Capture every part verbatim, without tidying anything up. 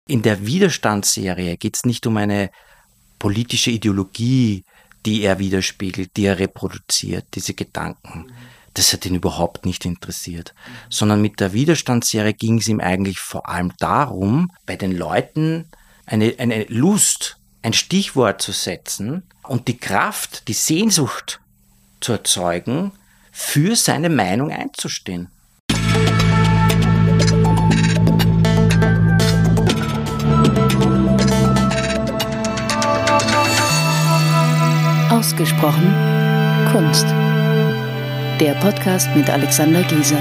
In der Widerstandsserie geht es nicht um eine politische Ideologie, die er widerspiegelt, die er reproduziert, diese Gedanken. Das hat ihn überhaupt nicht interessiert. Sondern mit der Widerstandsserie ging es ihm eigentlich vor allem darum, bei den Leuten eine, eine Lust, ein Stichwort zu setzen und die Kraft, die Sehnsucht zu erzeugen, für seine Meinung einzustehen. Ausgesprochen Kunst. Der Podcast mit Alexander Gieser.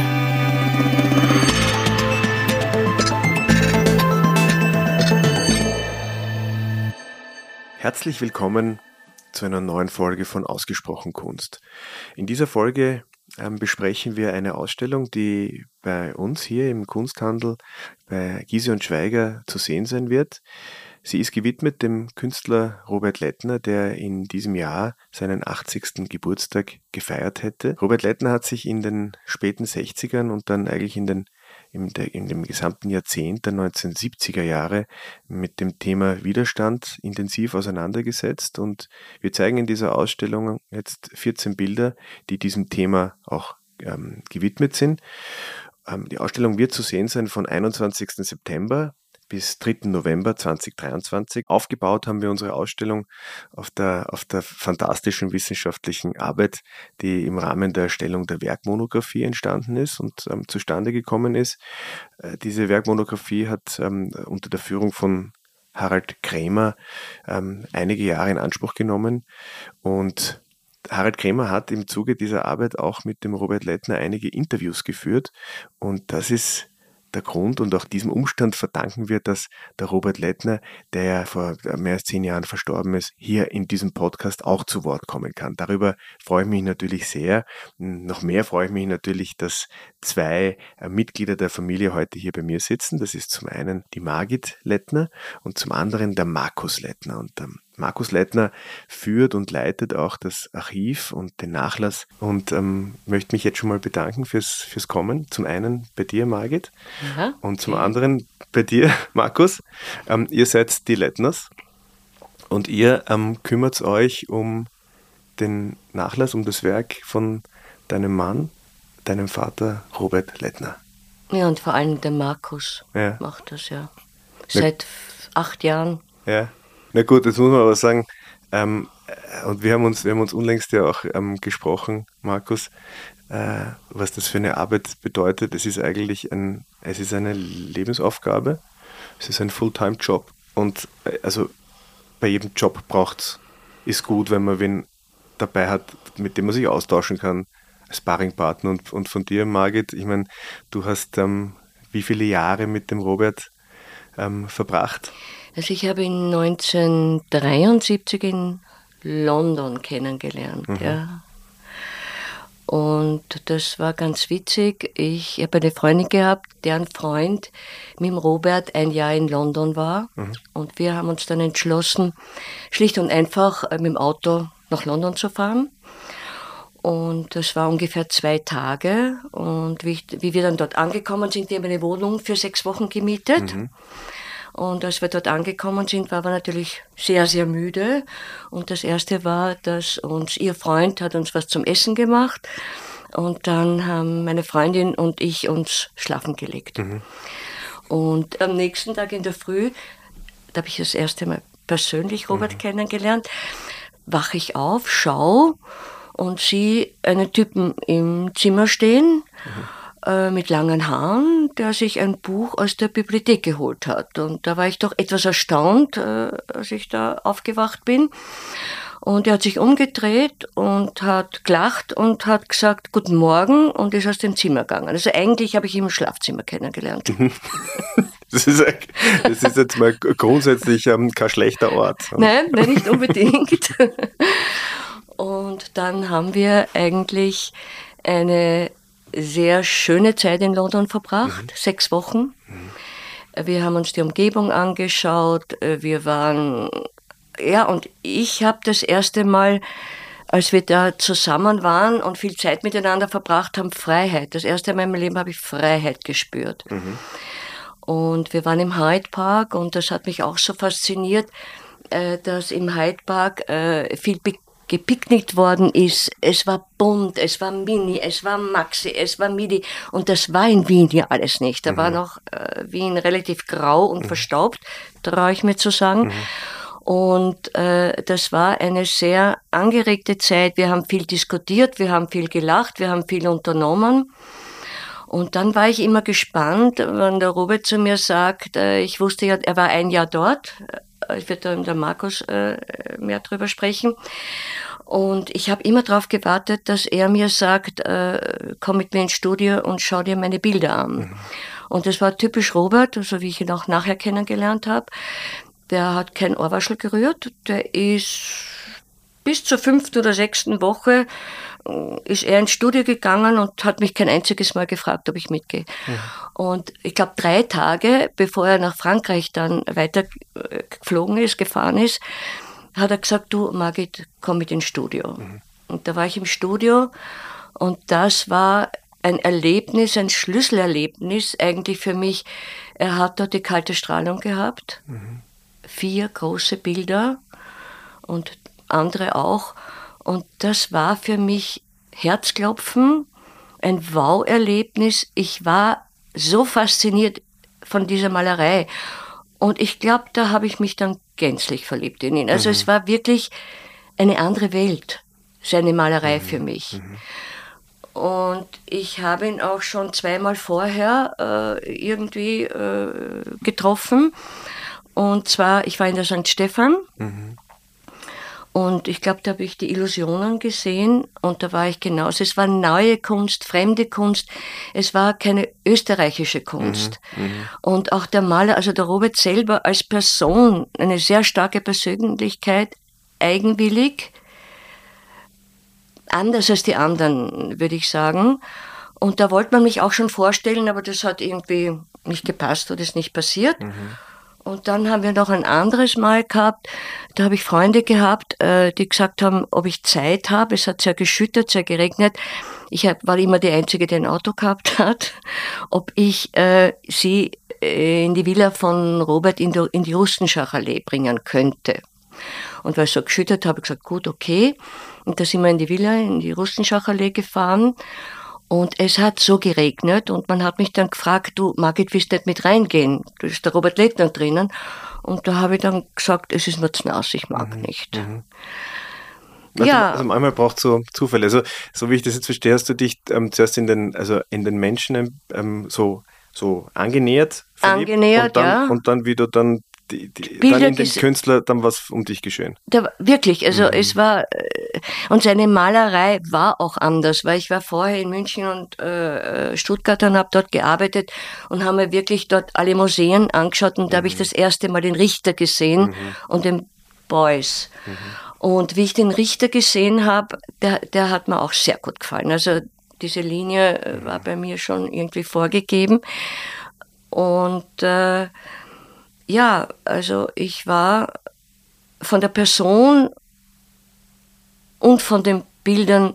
Herzlich willkommen zu einer neuen Folge von Ausgesprochen Kunst. In dieser Folge ähm, besprechen wir eine Ausstellung, die bei uns hier im Kunsthandel bei Giese und Schweiger zu sehen sein wird. Sie ist gewidmet dem Künstler Robert Lettner, der in diesem Jahr seinen achtzigsten Geburtstag gefeiert hätte. Robert Lettner hat sich in den späten sechzigern und dann eigentlich in, den, in, der, in dem gesamten Jahrzehnt der neunzehnhundertsiebziger Jahre mit dem Thema Widerstand intensiv auseinandergesetzt. Und wir zeigen in dieser Ausstellung jetzt vierzehn Bilder, die diesem Thema auch ähm, gewidmet sind. Ähm, die Ausstellung wird zu sehen sein von einundzwanzigsten September bis dritten November zweitausenddreiundzwanzig. Aufgebaut haben wir unsere Ausstellung auf der, auf der fantastischen wissenschaftlichen Arbeit, die im Rahmen der Erstellung der Werkmonographie entstanden ist und ähm, zustande gekommen ist. Äh, diese Werkmonographie hat ähm, unter der Führung von Harald Krämer ähm, einige Jahre in Anspruch genommen, und Harald Krämer hat im Zuge dieser Arbeit auch mit dem Robert Lettner einige Interviews geführt, und das ist der Grund, und auch diesem Umstand verdanken wir, dass der Robert Lettner, der ja vor mehr als zehn Jahren verstorben ist, hier in diesem Podcast auch zu Wort kommen kann. Darüber freue ich mich natürlich sehr. Noch mehr freue ich mich natürlich, dass zwei Mitglieder der Familie heute hier bei mir sitzen. Das ist zum einen die Margit Lettner und zum anderen der Markus Lettner. Und der Markus Lettner führt und leitet auch das Archiv und den Nachlass, und ähm, möchte mich jetzt schon mal bedanken fürs, fürs Kommen. Zum einen bei dir, Margit, ja, und zum okay. anderen bei dir, Markus. Ähm, ihr seid die Lettners und ihr ähm, kümmert euch um den Nachlass, um das Werk von deinem Mann, deinem Vater Robert Lettner. Ja, und vor allem der Markus ja. macht das ja seit Na, acht Jahren. Ja. Na gut, jetzt muss man aber sagen, ähm, und wir haben uns, wir haben uns unlängst ja auch ähm, gesprochen, Markus, äh, was das für eine Arbeit bedeutet. Es ist eigentlich ein, es ist eine Lebensaufgabe, es ist ein Fulltime-Job, und äh, also bei jedem Job braucht's, ist gut, wenn man wen dabei hat, mit dem man sich austauschen kann, als Sparringpartner. Und, und von dir, Margit, ich meine, du hast ähm, wie viele Jahre mit dem Robert ähm, verbracht? Also ich habe ihn neunzehnhundertdreiundsiebzig in London kennengelernt, mhm. ja. Und das war ganz witzig. Ich habe eine Freundin gehabt, deren Freund mit dem Robert ein Jahr in London war. Mhm. Und wir haben uns dann entschlossen, schlicht und einfach mit dem Auto nach London zu fahren. Und das war ungefähr zwei Tage. Und wie, ich, wie wir dann dort angekommen sind, die haben eine Wohnung für sechs Wochen gemietet. Mhm. Und als wir dort angekommen sind, waren wir natürlich sehr, sehr müde. Und das Erste war, dass uns, ihr Freund hat uns was zum Essen gemacht. Und dann haben meine Freundin und ich uns schlafen gelegt. Mhm. Und am nächsten Tag in der Früh, da habe ich das erste Mal persönlich Robert mhm. kennengelernt, wache ich auf, schau und sehe einen Typen im Zimmer stehen, mhm. mit langen Haaren, der sich ein Buch aus der Bibliothek geholt hat. Und da war ich doch etwas erstaunt, als ich da aufgewacht bin. Und er hat sich umgedreht und hat gelacht und hat gesagt, guten Morgen, und ist aus dem Zimmer gegangen. Also eigentlich habe ich ihn im Schlafzimmer kennengelernt. Das ist, das ist jetzt mal grundsätzlich ähm, kein schlechter Ort. Nein, nein, nicht unbedingt. Und dann haben wir eigentlich eine sehr schöne Zeit in London verbracht, mhm. sechs Wochen. Mhm. Wir haben uns die Umgebung angeschaut, wir waren, ja, und ich habe das erste Mal, als wir da zusammen waren und viel Zeit miteinander verbracht haben, Freiheit. Das erste Mal in meinem Leben habe ich Freiheit gespürt. Mhm. Und wir waren im Hyde Park und das hat mich auch so fasziniert, äh, dass im Hyde Park äh, viel be- gepicknickt worden ist. Es war bunt, es war Mini, es war Maxi, es war Midi. Und das war in Wien ja alles nicht. Da mhm. war noch äh, Wien relativ grau und mhm. verstaubt, traue ich mir zu sagen. Mhm. Und äh, das war eine sehr angeregte Zeit. Wir haben viel diskutiert, wir haben viel gelacht, wir haben viel unternommen. Und dann war ich immer gespannt, wenn der Robert zu mir sagt, äh, ich wusste ja, er war ein Jahr dort. Ich werde da mit der Markus äh, mehr drüber sprechen. Und ich habe immer darauf gewartet, dass er mir sagt, äh, komm mit mir ins Studio und schau dir meine Bilder an. Mhm. Und das war typisch Robert, so wie ich ihn auch nachher kennengelernt habe. Der hat kein Ohrwaschel gerührt. Der ist bis zur fünften oder sechsten Woche ist er ins Studio gegangen und hat mich kein einziges Mal gefragt, ob ich mitgehe. Mhm. Und ich glaube, drei Tage, bevor er nach Frankreich dann weiter geflogen ist, gefahren ist, hat er gesagt, du Margit, komm mit ins Studio. Mhm. Und da war ich im Studio und das war ein Erlebnis, ein Schlüsselerlebnis eigentlich für mich. Er hat dort die kalte Strahlung gehabt. Mhm. Vier große Bilder und andere auch. Und das war für mich Herzklopfen, ein Wow-Erlebnis. Ich war so fasziniert von dieser Malerei. Und ich glaube, da habe ich mich dann gänzlich verliebt in ihn. Also mhm. es war wirklich eine andere Welt, seine Malerei mhm. für mich. Mhm. Und ich habe ihn auch schon zweimal vorher äh, irgendwie äh, getroffen. Und zwar, ich war in der Sankt Stephan. Mhm. Und ich glaube, da habe ich die Illusionen gesehen und da war ich genauso. Es war neue Kunst, fremde Kunst. Es war keine österreichische Kunst. Mhm, und auch der Maler, also der Robert selber als Person, eine sehr starke Persönlichkeit, eigenwillig, anders als die anderen, würde ich sagen. Und da wollte man mich auch schon vorstellen, aber das hat irgendwie nicht gepasst oder ist nicht passiert. Mhm. Und dann haben wir noch ein anderes Mal gehabt, da habe ich Freunde gehabt, äh, die gesagt haben, ob ich Zeit habe. Es hat sehr geschüttet, sehr geregnet. Ich hab, war immer die Einzige, die ein Auto gehabt hat. Ob ich äh, sie äh, in die Villa von Robert in die, in die Rustenschach-Allee bringen könnte. Und weil es so geschüttet habe, ich gesagt, gut, okay. Und da sind wir in die Villa, in die Rustenschach-Allee gefahren. Und es hat so geregnet und man hat mich dann gefragt, du Margit, willst du nicht mit reingehen? Da ist der Robert Lettner drinnen. Und da habe ich dann gesagt, es ist mir zu nass, ich mag mhm. nicht. Mhm. Ja. Also manchmal braucht es so Zufälle. Also so wie ich das jetzt verstehe, hast du dich ähm, zuerst in den, also in den Menschen ähm, so, so angenähert, verliebt, angenähert, und dann, ja. Und dann wieder dann Die, die, dann in den Künstler dann was um dich geschehen. Da, wirklich, also mhm. es war, und seine Malerei war auch anders, weil ich war vorher in München und äh, Stuttgart und habe dort gearbeitet und habe mir wirklich dort alle Museen angeschaut und mhm. da habe ich das erste Mal den Richter gesehen mhm. und den Beuys. Mhm. Und wie ich den Richter gesehen habe, der, der hat mir auch sehr gut gefallen. Also diese Linie mhm. war bei mir schon irgendwie vorgegeben und äh, ja, also ich war von der Person und von den Bildern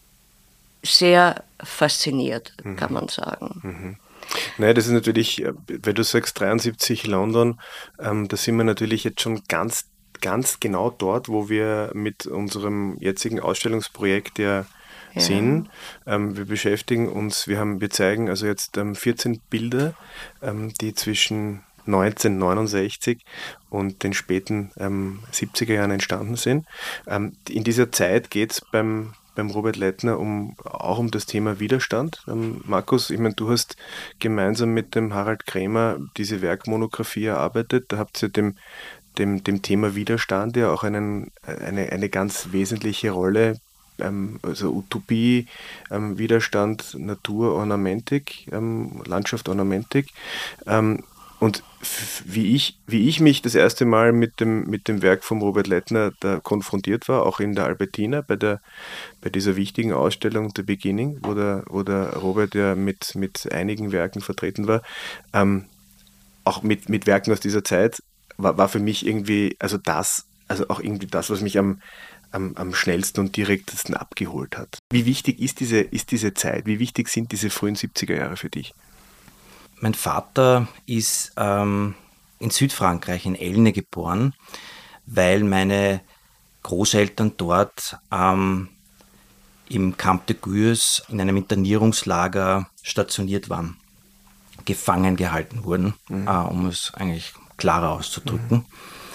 sehr fasziniert, mhm. kann man sagen. Mhm. Naja, das ist natürlich, wenn du sagst dreiundsiebzig London, ähm, da sind wir natürlich jetzt schon ganz, ganz genau dort, wo wir mit unserem jetzigen Ausstellungsprojekt ja, ja. sind. Ähm, wir beschäftigen uns, wir haben, wir zeigen also jetzt ähm, vierzehn Bilder, ähm, die zwischen neunzehnhundertneunundsechzig und den späten ähm, siebziger Jahren entstanden sind. Ähm, in dieser Zeit geht es beim, beim Robert Lettner um, auch um das Thema Widerstand. Ähm, Markus, ich meine, du hast gemeinsam mit dem Harald Krämer diese Werkmonographie erarbeitet. Da habt ihr dem, dem, dem Thema Widerstand ja auch einen, eine, eine ganz wesentliche Rolle, ähm, also Utopie, ähm, Widerstand, Natur, Ornamentik, ähm, Landschaft, Ornamentik. Ähm, Und wie ich, wie ich mich das erste Mal mit dem, mit dem Werk von Robert Lettner da konfrontiert war, auch in der Albertina, bei, der, bei dieser wichtigen Ausstellung The Beginning, wo der, wo der Robert ja mit, mit einigen Werken vertreten war, ähm, auch mit, mit Werken aus dieser Zeit, war, war für mich irgendwie, also das, also auch irgendwie das, was mich am, am, am schnellsten und direktesten abgeholt hat. Wie wichtig ist diese, ist diese Zeit? Wie wichtig sind diese frühen siebziger Jahre für dich? mein Vater ist ähm, in Südfrankreich, in Elne geboren, weil meine Großeltern dort ähm, im Camp de Gurs in einem Internierungslager stationiert waren, gefangen gehalten wurden, mhm. äh, um es eigentlich klarer auszudrücken. Mhm.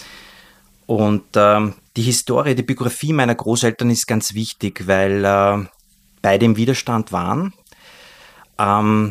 Und ähm, die Historie, die Biografie meiner Großeltern ist ganz wichtig, weil äh, beide im Widerstand waren. Ähm,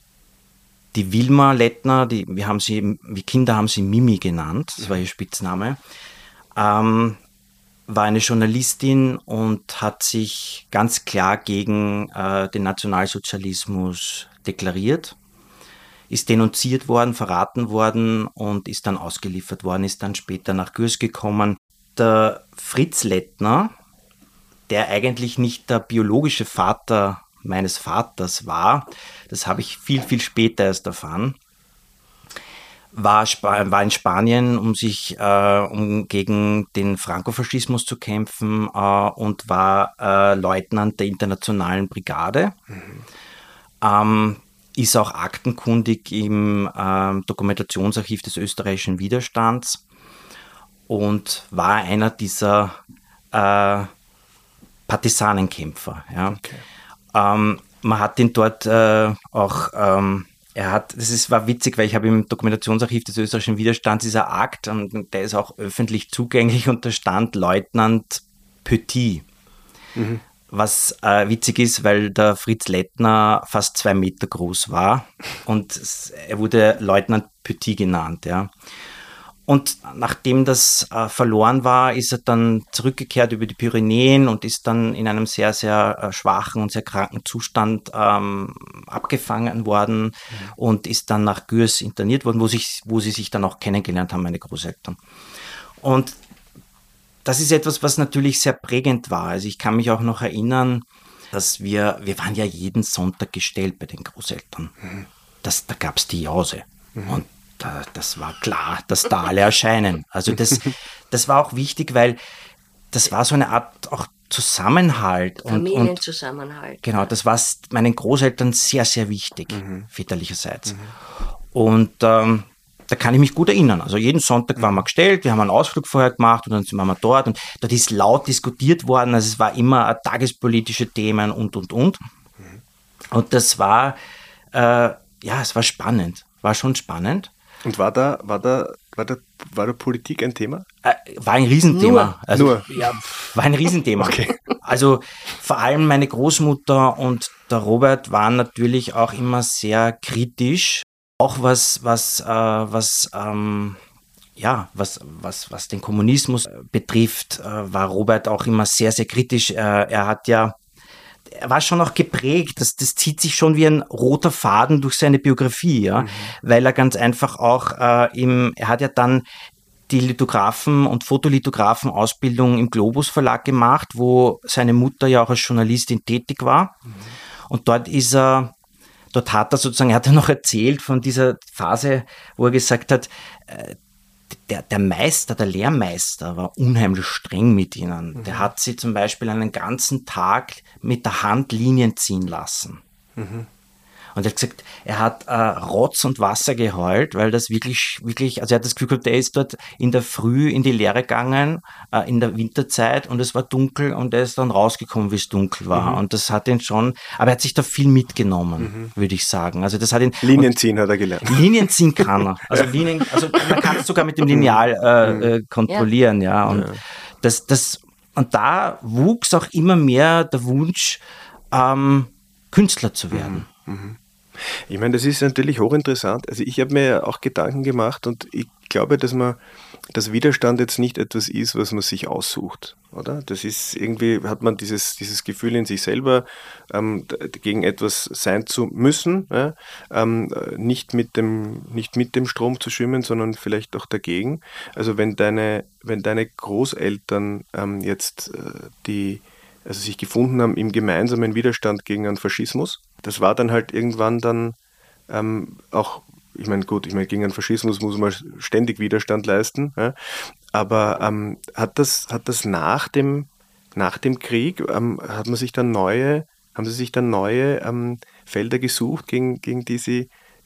die Wilma Lettner, die, wir haben sie, wir Kinder haben sie Mimi genannt, das war ihr Spitzname, ähm, war eine Journalistin und hat sich ganz klar gegen äh, den Nationalsozialismus deklariert, ist denunziert worden, verraten worden und ist dann ausgeliefert worden, ist dann später nach Gurs gekommen. Der Fritz Lettner, der eigentlich nicht der biologische Vater meines Vaters war, das habe ich viel, viel später erst erfahren, war, war in Spanien, um sich äh, um gegen den Frankofaschismus zu kämpfen äh, und war äh, Leutnant der Internationalen Brigade. Mhm. Ähm, ist auch aktenkundig im äh, Dokumentationsarchiv des österreichischen Widerstands und war einer dieser äh, Partisanenkämpfer. Ja. Okay. Ähm, man hat ihn dort äh, auch... Ähm, Er hat, das ist, war witzig, weil ich habe im Dokumentationsarchiv des österreichischen Widerstands dieser Akt, und der ist auch öffentlich zugänglich, und da stand Leutnant Petit. Mhm. Was äh, witzig ist, weil der Fritz Lettner fast zwei Meter groß war und er wurde Leutnant Petit genannt. Ja. Und nachdem das äh, verloren war, ist er dann zurückgekehrt über die Pyrenäen und ist dann in einem sehr, sehr äh, schwachen und sehr kranken Zustand ähm, abgefangen worden mhm. und ist dann nach Gurs interniert worden, wo, sich, wo sie sich dann auch kennengelernt haben, meine Großeltern. Und das ist etwas, was natürlich sehr prägend war. Also ich kann mich auch noch erinnern, dass wir, wir waren ja jeden Sonntag gestellt bei den Großeltern. Mhm. Das, da gab es die Jause. Mhm. Und das war klar, dass da alle erscheinen. Also das, das war auch wichtig, weil das war so eine Art auch Zusammenhalt. Familienzusammenhalt. Und, genau, das war meinen Großeltern sehr, sehr wichtig, mhm. väterlicherseits. Mhm. Und ähm, da kann ich mich gut erinnern. Also jeden Sonntag waren wir gestellt, wir haben einen Ausflug vorher gemacht und dann sind wir dort und dort ist laut diskutiert worden. Also es war immer tagespolitische Themen und, und, und. Mhm. Und das war, äh, ja, es war spannend, war schon spannend. Und war da, war da, war da, war da Politik ein Thema? Äh, war ein Riesenthema. Nur. Also, Nur. Ja, war ein Riesenthema. Okay. Also vor allem meine Großmutter und der Robert waren natürlich auch immer sehr kritisch. Auch was, was, äh, was, ähm, ja, was, was, was den Kommunismus betrifft, äh, war Robert auch immer sehr, sehr kritisch. Äh, er hat ja Er war schon auch geprägt, das, das zieht sich schon wie ein roter Faden durch seine Biografie, ja, mhm. weil er ganz einfach auch äh, im, er hat ja dann die Lithografen- und Fotolithographen-Ausbildung im Globus Verlag gemacht, wo seine Mutter ja auch als Journalistin tätig war. Mhm. Und dort ist er, dort hat er sozusagen, er hat ja noch erzählt von dieser Phase, wo er gesagt hat, äh, Der, der Meister, der Lehrmeister war unheimlich streng mit ihnen. Mhm. Der hat sie zum Beispiel einen ganzen Tag mit der Hand Linien ziehen lassen. Mhm. Und er hat gesagt, er hat äh, Rotz und Wasser geheult, weil das wirklich, wirklich, also er hat das Gefühl gehabt, er ist dort in der Früh in die Lehre gegangen, äh, in der Winterzeit, und es war dunkel und er ist dann rausgekommen, wie es dunkel war. Mhm. Und das hat ihn schon, aber er hat sich da viel mitgenommen, mhm. würde ich sagen. Also das hat ihn, Linien ziehen hat er gelernt. Linien ziehen kann er. Also Linien, also man kann es sogar mit dem Lineal äh, äh, kontrollieren, ja. Und ja. das, das, und da wuchs auch immer mehr der Wunsch, ähm, Künstler zu werden. Mhm. Ich meine, das ist natürlich hochinteressant. Also ich habe mir auch Gedanken gemacht und ich glaube, dass man, dass Widerstand jetzt nicht etwas ist, was man sich aussucht, oder? Das ist irgendwie, hat man dieses, dieses Gefühl in sich selber, ähm, gegen etwas sein zu müssen, ja? ähm, nicht mit dem, nicht mit dem Strom zu schwimmen, sondern vielleicht auch dagegen. Also wenn deine, wenn deine Großeltern ähm, jetzt äh, die also sich gefunden haben im gemeinsamen Widerstand gegen einen Faschismus. Das war dann halt irgendwann dann ähm, auch, ich meine, gut, ich meine, gegen einen Faschismus muss man ständig Widerstand leisten, ja, aber ähm, hat das, hat das nach dem, nach dem Krieg, ähm, hat man sich dann neue, haben sie sich dann neue ähm, Felder gesucht, gegen, gegen die sie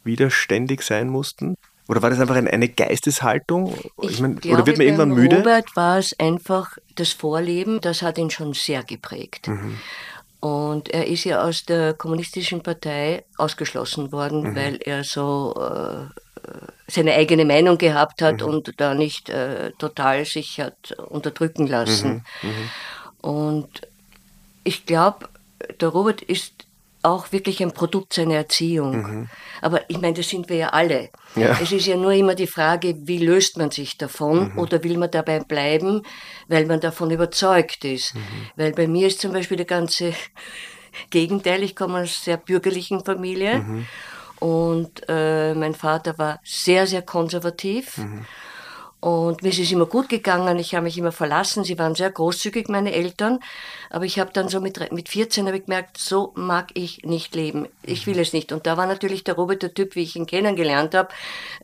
widerständig sein mussten? Oder war das einfach eine, eine Geisteshaltung? Ich, ich mein, glaube, oder wird man irgendwann müde? Robert war es einfach das Vorleben, das hat ihn schon sehr geprägt. Mhm. Und er ist ja aus der kommunistischen Partei ausgeschlossen worden, mhm. weil er so äh, seine eigene Meinung gehabt hat mhm. und da nicht äh, total sich hat unterdrücken lassen. Mhm. Mhm. Und ich glaube, der Robert ist auch wirklich ein Produkt seiner Erziehung. Mhm. Aber ich meine, das sind wir ja alle. Ja. Es ist ja nur immer die Frage, wie löst man sich davon mhm. oder will man dabei bleiben, weil man davon überzeugt ist. Mhm. Weil bei mir ist zum Beispiel der ganze Gegenteil. Ich komme aus einer sehr bürgerlichen Familie mhm. und äh, mein Vater war sehr, sehr konservativ. Mhm. Und mir ist es immer gut gegangen, ich habe mich immer verlassen, sie waren sehr großzügig, meine Eltern, aber ich habe dann so mit, mit vierzehn habe ich gemerkt, so mag ich nicht leben, ich will es nicht. Und da war natürlich der Robert der Typ, wie ich ihn kennengelernt habe,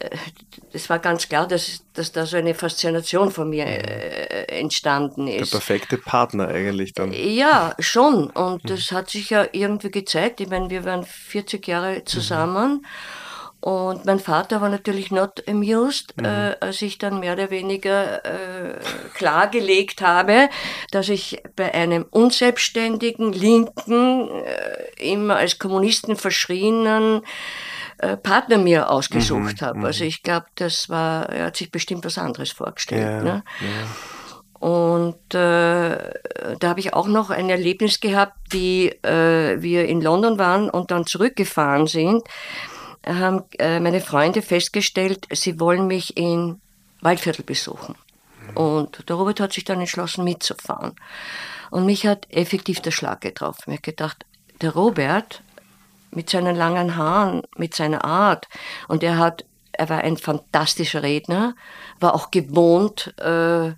es war ganz klar, dass, dass da so eine Faszination von mir äh, entstanden ist. Der perfekte Partner eigentlich dann. Ja, schon, und das hat sich ja irgendwie gezeigt, ich meine, wir waren vierzig Jahre zusammen. Mhm. Und mein Vater war natürlich not amused, mhm. äh, als ich dann mehr oder weniger äh, klargelegt habe, dass ich bei einem unselbstständigen, linken, äh, immer als Kommunisten verschrienen äh, Partner mir ausgesucht mhm. habe. Also ich glaube, das war, er hat sich bestimmt was anderes vorgestellt. Ja, ne? ja. Und äh, da habe ich auch noch ein Erlebnis gehabt, wie äh, wir in London waren und dann zurückgefahren sind, haben äh, meine Freunde festgestellt, sie wollen mich in Waldviertel besuchen. Und der Robert hat sich dann entschlossen, mitzufahren. Und mich hat effektiv der Schlag getroffen. Ich habe gedacht, der Robert mit seinen langen Haaren, mit seiner Art, und er hat, er war ein fantastischer Redner, war auch gewohnt, äh,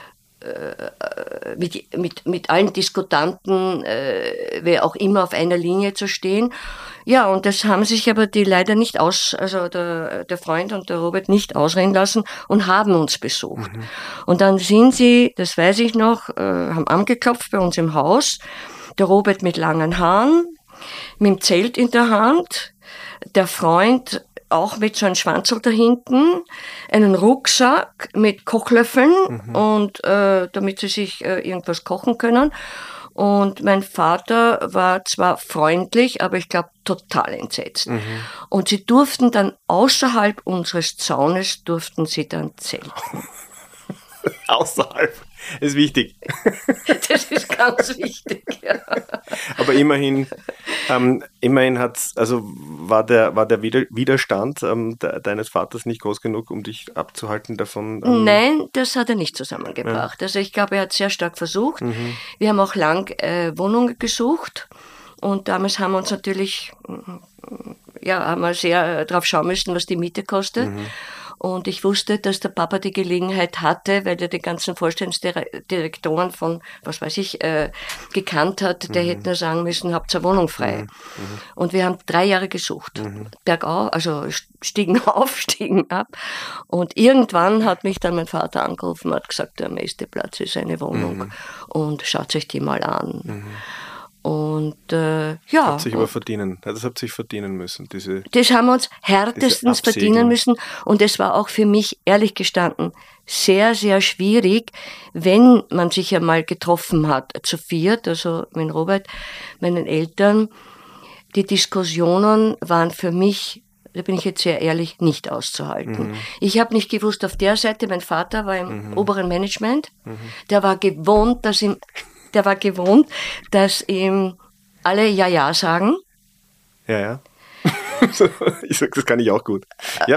Mit, mit, mit allen Diskutanten, äh, wer auch immer, auf einer Linie zu stehen. Ja, und das haben sich aber die leider nicht aus, also der, der Freund und der Robert nicht ausreden lassen und haben uns besucht. Mhm. Und dann sind sie, das weiß ich noch, äh, haben angeklopft bei uns im Haus, der Robert mit langen Haaren, mit dem Zelt in der Hand, der Freund auch mit so einem Schwanzel da hinten, einen Rucksack mit Kochlöffeln, mhm. und äh, damit sie sich äh, irgendwas kochen können. Und mein Vater war zwar freundlich, aber ich glaube total entsetzt. Mhm. Und sie durften dann außerhalb unseres Zaunes, durften sie dann zelten. Außerhalb, ist wichtig. Das ist ganz wichtig, ja. Aber immerhin, ähm, immerhin hat's, also war der, war der Widerstand ähm, de, deines Vaters nicht groß genug, um dich abzuhalten davon? Ähm Nein, das hat er nicht zusammengebracht. Ja. Also ich glaube, er hat sehr stark versucht. Mhm. Wir haben auch lang äh, Wohnungen gesucht und damals haben wir uns natürlich, ja, haben wir sehr äh, drauf schauen müssen, was die Miete kostet. Mhm. Und ich wusste, dass der Papa die Gelegenheit hatte, weil er die ganzen Vorstandsdirektoren von, was weiß ich, äh, gekannt hat, der mhm. hätte nur sagen müssen, habt ihr Wohnung frei. Mhm. Und wir haben drei Jahre gesucht. Mhm. Bergauf, also stiegen auf, stiegen ab. Und irgendwann hat mich dann mein Vater angerufen und hat gesagt, der nächste Platz ist eine Wohnung. Mhm. Und schaut euch die mal an. Mhm. Und äh, ja. Hat sich aber verdienen, das hat sich verdienen müssen. Diese, das haben wir uns härtestens verdienen müssen. Und es war auch für mich, ehrlich gestanden, sehr, sehr schwierig, wenn man sich einmal getroffen hat, zu viert, also mit Robert, meinen Eltern. Die Diskussionen waren für mich, da bin ich jetzt sehr ehrlich, nicht auszuhalten. Mhm. Ich habe nicht gewusst, auf der Seite, mein Vater war im mhm. oberen Management, mhm. der war gewohnt, dass ihm Der war gewohnt, dass ihm alle Ja, Ja sagen. Ja, ja. Ich sag, das kann ich auch gut. Ja.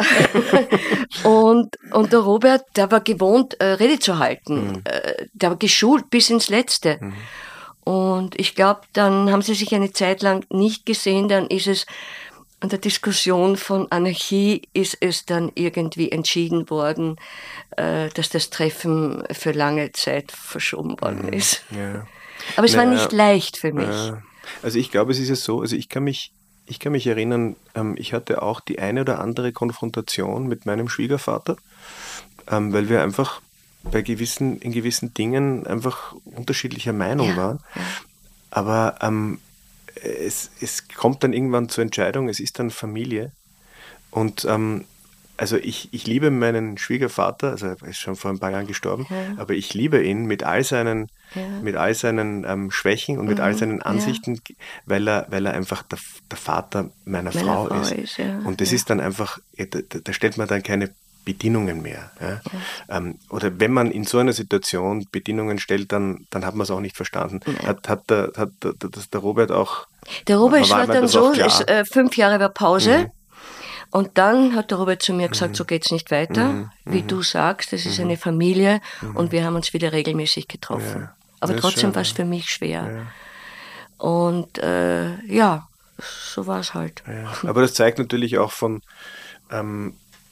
und, und der Robert, der war gewohnt, äh, Rede zu halten. Mhm. Äh, der war geschult bis ins Letzte. Mhm. Und ich glaube, dann haben sie sich eine Zeit lang nicht gesehen, dann ist es an der Diskussion von Anarchie ist es dann irgendwie entschieden worden, äh, dass das Treffen für lange Zeit verschoben worden ist. Ja. Aber es naja, war nicht leicht für mich. Äh, also ich glaube, es ist ja so, also ich kann mich, ich kann mich erinnern, ähm, ich hatte auch die eine oder andere Konfrontation mit meinem Schwiegervater, ähm, weil wir einfach bei gewissen, in gewissen Dingen einfach unterschiedlicher Meinung ja. waren. Ja. Aber ähm, Es, es kommt dann irgendwann zur Entscheidung, es ist dann Familie Und ähm, also ich, ich liebe meinen Schwiegervater, also er ist schon vor ein paar Jahren gestorben, Ja. aber ich liebe ihn mit all seinen, Ja. mit all seinen ähm, Schwächen und mit all seinen Ansichten, ja. weil, er, weil er einfach der, der Vater meiner, meiner Frau, Frau ist. ist ja. Und das ja. ist dann einfach, da, da stellt man dann keine Bedienungen mehr. Ja? Ja. Ähm, oder wenn man in so einer Situation Bedienungen stellt, dann, dann hat man es auch nicht verstanden. Ja. Hat, hat, der, hat der, das, der Robert auch... Der Robert war dann so, ist, äh, fünf Jahre war Pause. Mhm. Und dann hat der Robert zu mir gesagt, mhm. so geht's nicht weiter. Mhm. Wie mhm. du sagst, das ist mhm. eine Familie mhm. und wir haben uns wieder regelmäßig getroffen. Ja. Aber trotzdem war es für mich schwer. Ja. Und äh, ja, so war es halt. Ja. Aber das zeigt natürlich auch von, ähm,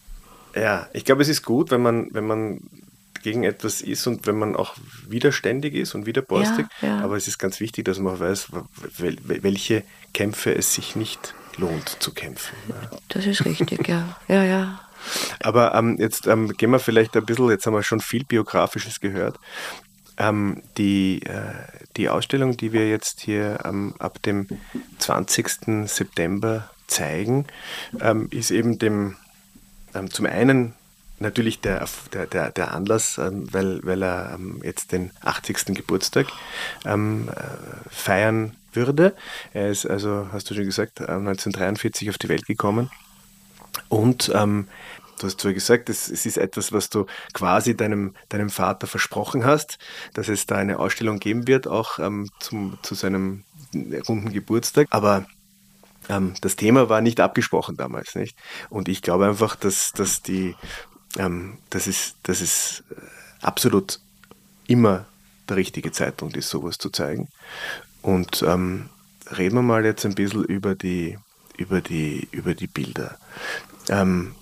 ja, ich glaube, es ist gut, wenn man, wenn man gegen etwas ist und wenn man auch widerständig ist und widerborstig. Ja, ja. Aber es ist ganz wichtig, dass man auch weiß, welche Kämpfe es sich nicht lohnt zu kämpfen. Ja. Das ist richtig, ja. ja, ja. Aber ähm, jetzt ähm, gehen wir vielleicht ein bisschen, jetzt haben wir schon viel Biografisches gehört. Ähm, die, äh, die Ausstellung, die wir jetzt hier ähm, ab dem zwanzigsten September zeigen, ähm, ist eben dem ähm, zum einen natürlich der, der, der, der Anlass, ähm, weil, weil er ähm, jetzt den achtzigsten Geburtstag ähm, äh, feiern würde. Er ist also, hast du schon gesagt, neunzehnhundertdreiundvierzig auf die Welt gekommen. Und ähm, du hast zwar gesagt, es, es ist etwas, was du quasi deinem, deinem Vater versprochen hast, dass es da eine Ausstellung geben wird, auch ähm, zum, zu seinem runden Geburtstag. Aber ähm, das Thema war nicht abgesprochen damals, nicht? Und ich glaube einfach, dass, dass, die, ähm, dass, es, dass es absolut immer der richtige Zeitpunkt ist, sowas zu zeigen. Und ähm, reden wir mal jetzt ein bisschen über die, über die, über die Bilder. Ähm,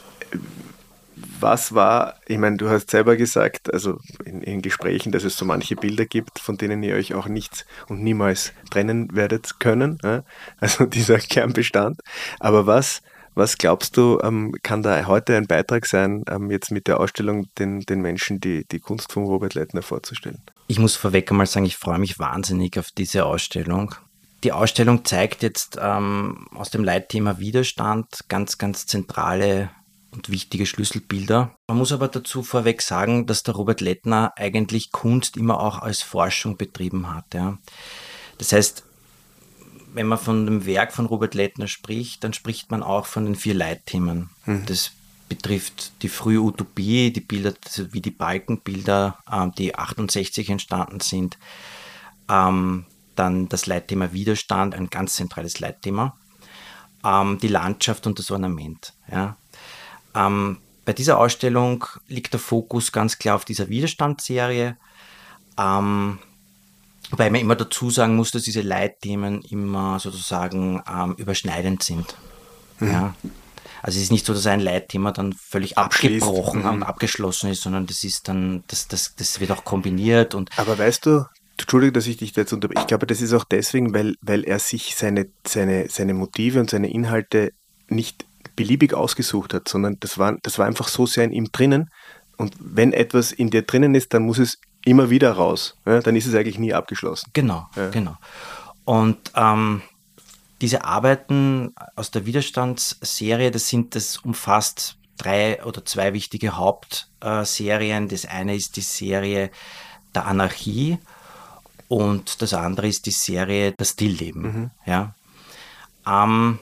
was war, ich meine, du hast selber gesagt, also in, in Gesprächen, dass es so manche Bilder gibt, von denen ihr euch auch nicht und niemals trennen werdet können, äh? Also dieser Kernbestand. Aber was, was glaubst du, ähm, kann da heute ein Beitrag sein, ähm, jetzt mit der Ausstellung den, den Menschen die, die Kunst von Robert Lettner vorzustellen? Ich muss vorweg einmal sagen, ich freue mich wahnsinnig auf diese Ausstellung. Die Ausstellung zeigt jetzt ähm, aus dem Leitthema Widerstand ganz, ganz zentrale und wichtige Schlüsselbilder. Man muss aber dazu vorweg sagen, dass der Robert Lettner eigentlich Kunst immer auch als Forschung betrieben hat. Ja. Das heißt, wenn man von dem Werk von Robert Lettner spricht, dann spricht man auch von den vier Leitthemen. Mhm. Das betrifft die frühe Utopie, die Bilder wie die Balkenbilder, ähm, die achtundsechzig entstanden sind. Ähm, dann das Leitthema Widerstand, ein ganz zentrales Leitthema. Ähm, die Landschaft und das Ornament. Ja. Ähm, bei dieser Ausstellung liegt der Fokus ganz klar auf dieser Widerstandsserie. Ähm, wobei man immer dazu sagen muss, dass diese Leitthemen immer sozusagen ähm, überschneidend sind. Mhm. Ja. Also es ist nicht so, dass ein Leitthema dann völlig abgebrochen mhm. und abgeschlossen ist, sondern das ist dann, das, das, das wird auch kombiniert. Und aber weißt du, Entschuldige, dass ich dich jetzt unterbreche, ich glaube, das ist auch deswegen, weil, weil er sich seine, seine, seine Motive und seine Inhalte nicht beliebig ausgesucht hat, sondern das war, das war einfach so sehr in ihm drinnen. Und wenn etwas in dir drinnen ist, dann muss es immer wieder raus. Ja, dann ist es eigentlich nie abgeschlossen. Genau, ja. genau. Und ähm, diese Arbeiten aus der Widerstandsserie, das sind, das umfasst drei oder zwei wichtige Hauptserien. Das eine ist die Serie der Anarchie und das andere ist die Serie das Stillleben. Mhm. Ja. Ähm,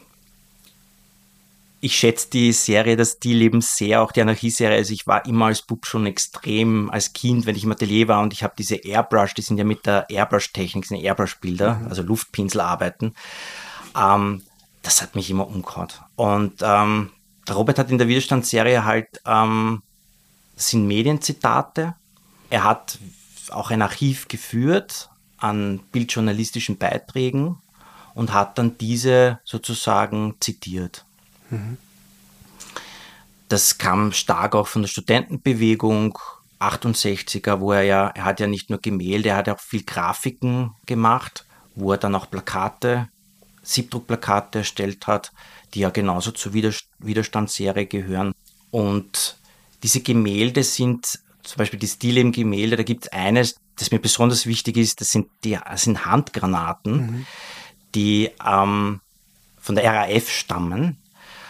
ich schätze die Serie das Stillleben sehr, auch die Anarchie-Serie. Also ich war immer als Bub schon extrem, als Kind, wenn ich im Atelier war und ich habe diese Airbrush, die sind ja mit der Airbrush-Technik, sind Airbrush-Bilder, mhm. also Luftpinselarbeiten. Ähm, das hat mich immer umgehauen. Und ähm, der Robert hat in der Widerstandsserie halt, ähm, das sind Medienzitate. Er hat auch ein Archiv geführt an bildjournalistischen Beiträgen und hat dann diese sozusagen zitiert. Mhm. Das kam stark auch von der Studentenbewegung, achtundsechziger, wo er ja, er hat ja nicht nur Gemälde, er hat ja auch viel Grafiken gemacht, wo er dann auch Plakate, Siebdruckplakate erstellt hat, die ja genauso zur Widerstandsserie gehören. Und diese Gemälde sind, zum Beispiel die Stillleben-Gemälde, da gibt es eines, das mir besonders wichtig ist, das sind, die, das sind Handgranaten, mhm. die ähm, von der R A F stammen.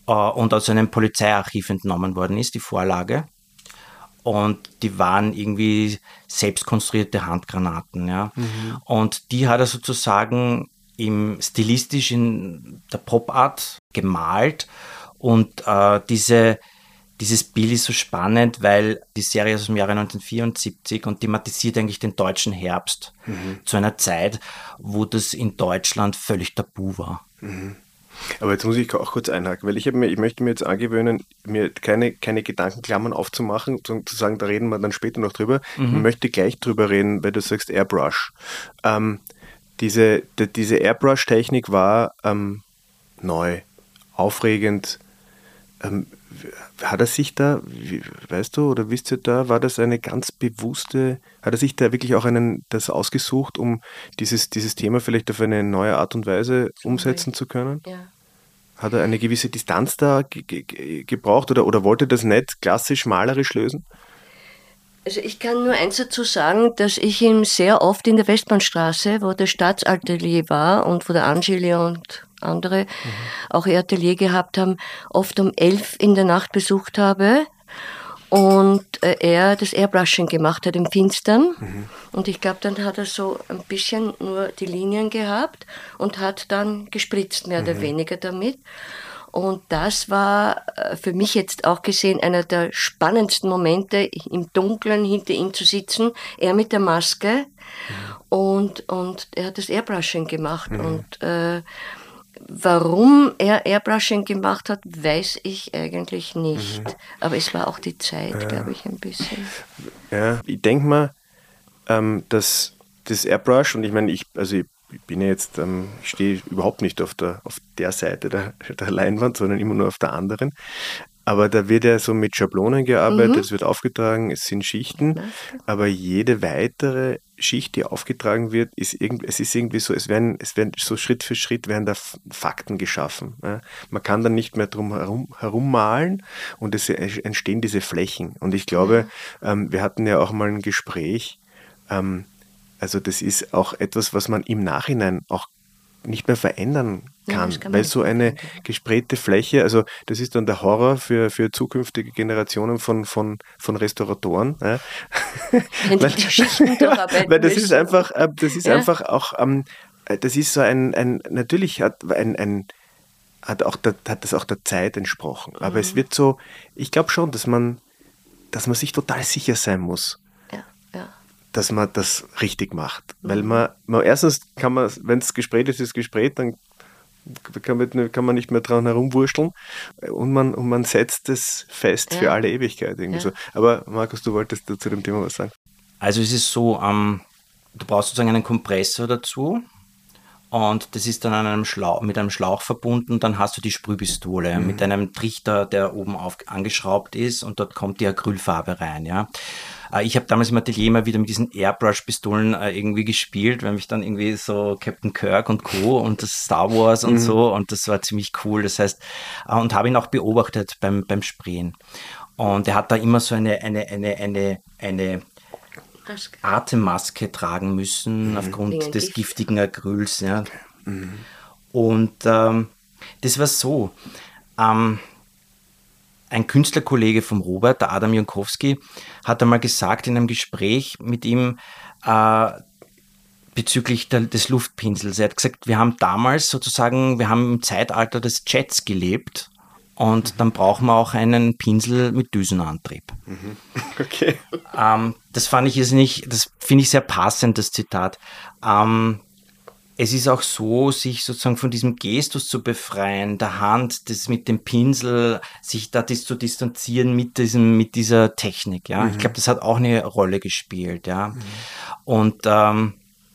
äh, und aus einem Polizeiarchiv entnommen worden ist, die Vorlage. Und die waren irgendwie selbst konstruierte Handgranaten. Ja. Mhm. Und die hat er sozusagen im, stilistisch in der Pop-Art gemalt. Und äh, diese, dieses Bild ist so spannend, weil die Serie ist aus dem Jahre neunzehnhundertvierundsiebzig und thematisiert eigentlich den deutschen Herbst mhm. zu einer Zeit, wo das in Deutschland völlig tabu war. Mhm. Aber jetzt muss ich auch kurz einhaken, weil ich, mir, ich möchte mir jetzt angewöhnen, mir keine, keine Gedankenklammern aufzumachen, zu, zu sagen, da reden wir dann später noch drüber. Mhm. Ich möchte gleich drüber reden, weil du sagst Airbrush. Ähm, diese, die, diese Airbrush-Technik war ähm, neu, aufregend. Ähm, hat er sich da, wie, weißt du, oder wisst ihr da, war das eine ganz bewusste, hat er sich da wirklich auch einen, das ausgesucht, um dieses, dieses Thema vielleicht auf eine neue Art und Weise umsetzen zu können? Ja. Hat er eine gewisse Distanz da ge- ge- gebraucht oder, oder wollte das nicht klassisch malerisch lösen? Also ich kann nur eins dazu sagen, dass ich ihn sehr oft in der Westbahnstraße, wo das Staatsatelier war und wo der Angeli und andere mhm. auch ihr Atelier gehabt haben, oft um elf in der Nacht besucht habe und äh, er das Airbrushing gemacht hat im Finstern. Mhm. Und ich glaube, dann hat er so ein bisschen nur die Linien gehabt und hat dann gespritzt, mehr mhm. oder weniger damit. Und das war für mich jetzt auch gesehen einer der spannendsten Momente, im Dunkeln hinter ihm zu sitzen, er mit der Maske mhm. und, und er hat das Airbrushing gemacht. Mhm. Und äh, warum er Airbrushing gemacht hat, weiß ich eigentlich nicht. Mhm. Aber es war auch die Zeit, ja. glaube ich, ein bisschen. Ja, ich denke mal, ähm, dass das Airbrush, und ich meine, ich, also ich Ich bin ja jetzt, ähm, ich stehe überhaupt nicht auf der, auf der Seite der, der Leinwand, sondern immer nur auf der anderen. Aber da wird ja so mit Schablonen gearbeitet, mhm. es wird aufgetragen, es sind Schichten, aber jede weitere Schicht, die aufgetragen wird, ist irgendwie, es ist irgendwie so, es werden, es werden so Schritt für Schritt werden da Fakten geschaffen. Ja. Man kann dann nicht mehr drum herum, herummalen und es entstehen diese Flächen. Und ich glaube, mhm. ähm, wir hatten ja auch mal ein Gespräch, ähm, also das ist auch etwas, was man im Nachhinein auch nicht mehr verändern kann, ja, kann weil so eine gesprähte Fläche, also das ist dann der Horror für, für zukünftige Generationen von, von, von Restauratoren. Ja. Wenn die die Schichten durcharbeiten weil das müssen. ist einfach, das ist ja. einfach auch, ähm, das ist so ein, ein natürlich hat ein, ein hat auch der, hat das auch der Zeit entsprochen, aber mhm. es wird so, ich glaube schon, dass man, dass man sich total sicher sein muss. Dass man das richtig macht. Mhm. Weil man, man, erstens kann man, wenn es Gespräch ist, ist Gespräch, dann kann man, kann man nicht mehr dran herumwurschteln und man, und man setzt es fest ja. für alle Ewigkeit. Irgendwie ja. so. Aber Markus, du wolltest zu dem Thema was sagen. Also es ist so, ähm, du brauchst sozusagen einen Kompressor dazu und das ist dann an einem Schlauch, mit einem Schlauch verbunden, dann hast du die Sprühpistole mhm. mit einem Trichter, der oben auf, angeschraubt ist und dort kommt die Acrylfarbe rein, ja. Ich habe damals im Atelier immer wieder mit diesen Airbrush-Pistolen äh, irgendwie gespielt, weil mich dann irgendwie so Captain Kirk und Co. und das Star Wars und mhm. so und das war ziemlich cool. Das heißt, äh, und habe ihn auch beobachtet beim, beim Sprayen. Und er hat da immer so eine, eine, eine, eine, eine Atemmaske tragen müssen mhm. aufgrund Wegen des Gift. giftigen Acryls. Ja. Mhm. Und ähm, das war so. Ähm, Ein Künstlerkollege vom Robert, der Adam Jankowski, hat einmal gesagt in einem Gespräch mit ihm äh, bezüglich der, des Luftpinsels. Er hat gesagt, wir haben damals sozusagen, wir haben im Zeitalter des Jets gelebt und mhm. dann brauchen wir auch einen Pinsel mit Düsenantrieb. Mhm. Okay. Ähm, das fand ich jetzt nicht, das finde ich sehr passend, das Zitat. Ähm, Es ist auch so, sich sozusagen von diesem Gestus zu befreien, der Hand, das mit dem Pinsel, sich da das zu distanzieren mit diesem, mit dieser Technik, ja. Mhm. Ich glaube, das hat auch eine Rolle gespielt, ja. Mhm. Und ähm,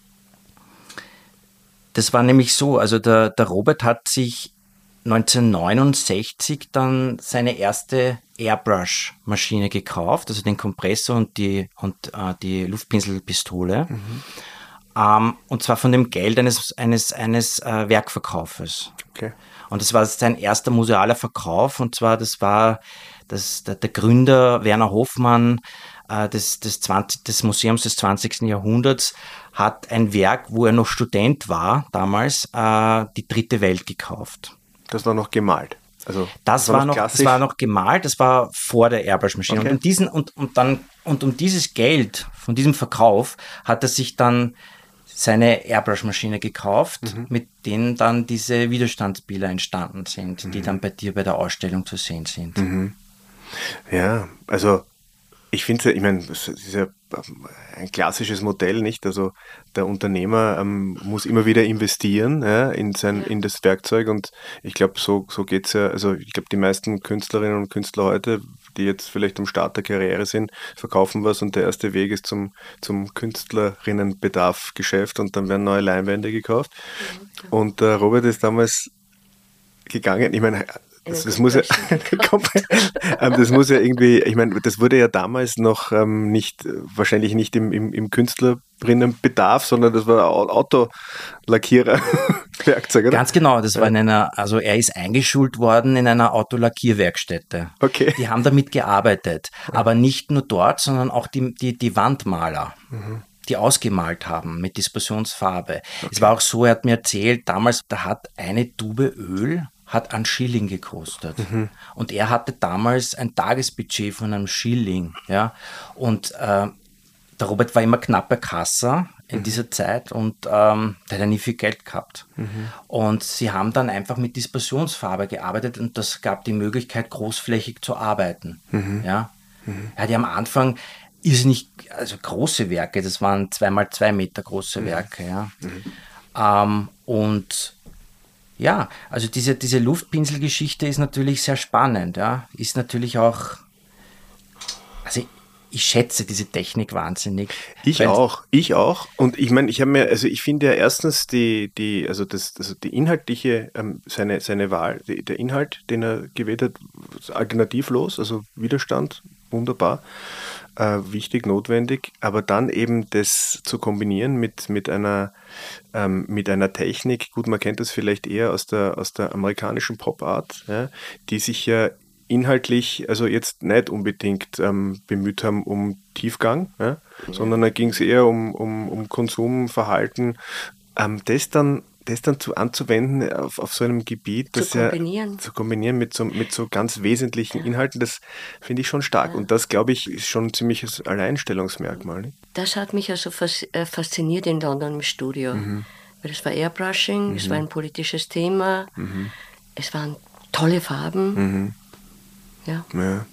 das war nämlich so, also der, der Robert hat sich neunzehnhundertneunundsechzig dann seine erste Airbrush-Maschine gekauft, also den Kompressor und die, und, äh, die Luftpinselpistole. Mhm. Um, und zwar von dem Geld eines, eines, eines äh, Werkverkaufes. Okay. Und das war sein erster musealer Verkauf. Und zwar, das war das, der, der Gründer Werner Hofmann äh, des, des, zwanzig, des Museums des zwanzigsten Jahrhunderts, hat ein Werk, wo er noch Student war damals, äh, die dritte Welt gekauft. Das war noch gemalt? Also, das, war noch, das war noch gemalt, das war vor der Airbrush-Maschine. Okay. Und, um diesen, und, und, dann, und um dieses Geld von diesem Verkauf hat er sich dann seine Airbrush-Maschine gekauft, mhm. mit denen dann diese Widerstandsbilder entstanden sind, mhm. die dann bei dir bei der Ausstellung zu sehen sind. Mhm. Ja, also ich finde, ich meine, das ist ja ein klassisches Modell, nicht? Also der Unternehmer ähm, muss immer wieder investieren ja, in sein in das Werkzeug und ich glaube, so, so geht es ja, also ich glaube, die meisten Künstlerinnen und Künstler heute, die jetzt vielleicht am Start der Karriere sind, verkaufen was und der erste Weg ist zum, zum Künstlerinnenbedarf-Geschäft und dann werden neue Leinwände gekauft. Mhm. Und äh, Robert ist damals gegangen, ich meine, Das, das, muss ja, das muss ja irgendwie, ich meine, das wurde ja damals noch ähm, nicht, wahrscheinlich nicht im, im, im Künstlerinnenbedarf, sondern das war Autolackierer-Werkzeug, oder? Ganz genau, das war in einer, also er ist eingeschult worden in einer Autolackierwerkstätte. Okay. Die haben damit gearbeitet, aber nicht nur dort, sondern auch die, die, die Wandmaler. Mhm. die ausgemalt haben mit Dispersionsfarbe. Okay. Es war auch so, er hat mir erzählt, damals, da hat eine Tube Öl hat einen Schilling gekostet. Mhm. Und er hatte damals ein Tagesbudget von einem Schilling. Ja? Und äh, der Robert war immer knapper Kasser in mhm. dieser Zeit und ähm, der hat ja nie viel Geld gehabt. Mhm. Und sie haben dann einfach mit Dispersionsfarbe gearbeitet und das gab die Möglichkeit, großflächig zu arbeiten. Mhm. Ja? Mhm. Er hat ja am Anfang ist nicht, also große Werke, das waren zwei mal zwei Meter große mhm. Werke. Ja? Mhm. Ähm, und Ja, also diese, diese Luftpinselgeschichte ist natürlich sehr spannend, ja. Ist natürlich auch, also ich schätze diese Technik wahnsinnig. Ich auch, ich auch. Und ich meine, ich habe mir, also ich finde ja erstens die, die, also das, also die inhaltliche, ähm, seine, seine Wahl, die, der Inhalt, den er gewählt hat, alternativlos, also Widerstand, wunderbar. Äh, wichtig, notwendig, aber dann eben das zu kombinieren mit, mit, einer, ähm, mit einer Technik, gut, man kennt das vielleicht eher aus der, aus der amerikanischen Pop-Art, ja, die sich ja inhaltlich also jetzt nicht unbedingt ähm, bemüht haben um Tiefgang, ja, ja. sondern da ging es eher um, um, um Konsumverhalten. Ähm, das dann das dann zu, anzuwenden auf, auf so einem Gebiet, das zu kombinieren. Ja, zu kombinieren mit so, mit so ganz wesentlichen ja. Inhalten, das finde ich schon stark. Ja. Und das, glaube ich, ist schon ein ziemliches Alleinstellungsmerkmal. Nicht? Das hat mich also fasziniert in London im Studio. Mhm. Weil es war Airbrushing, mhm. es war ein politisches Thema, mhm. es waren tolle Farben. Mhm. Ja. ja.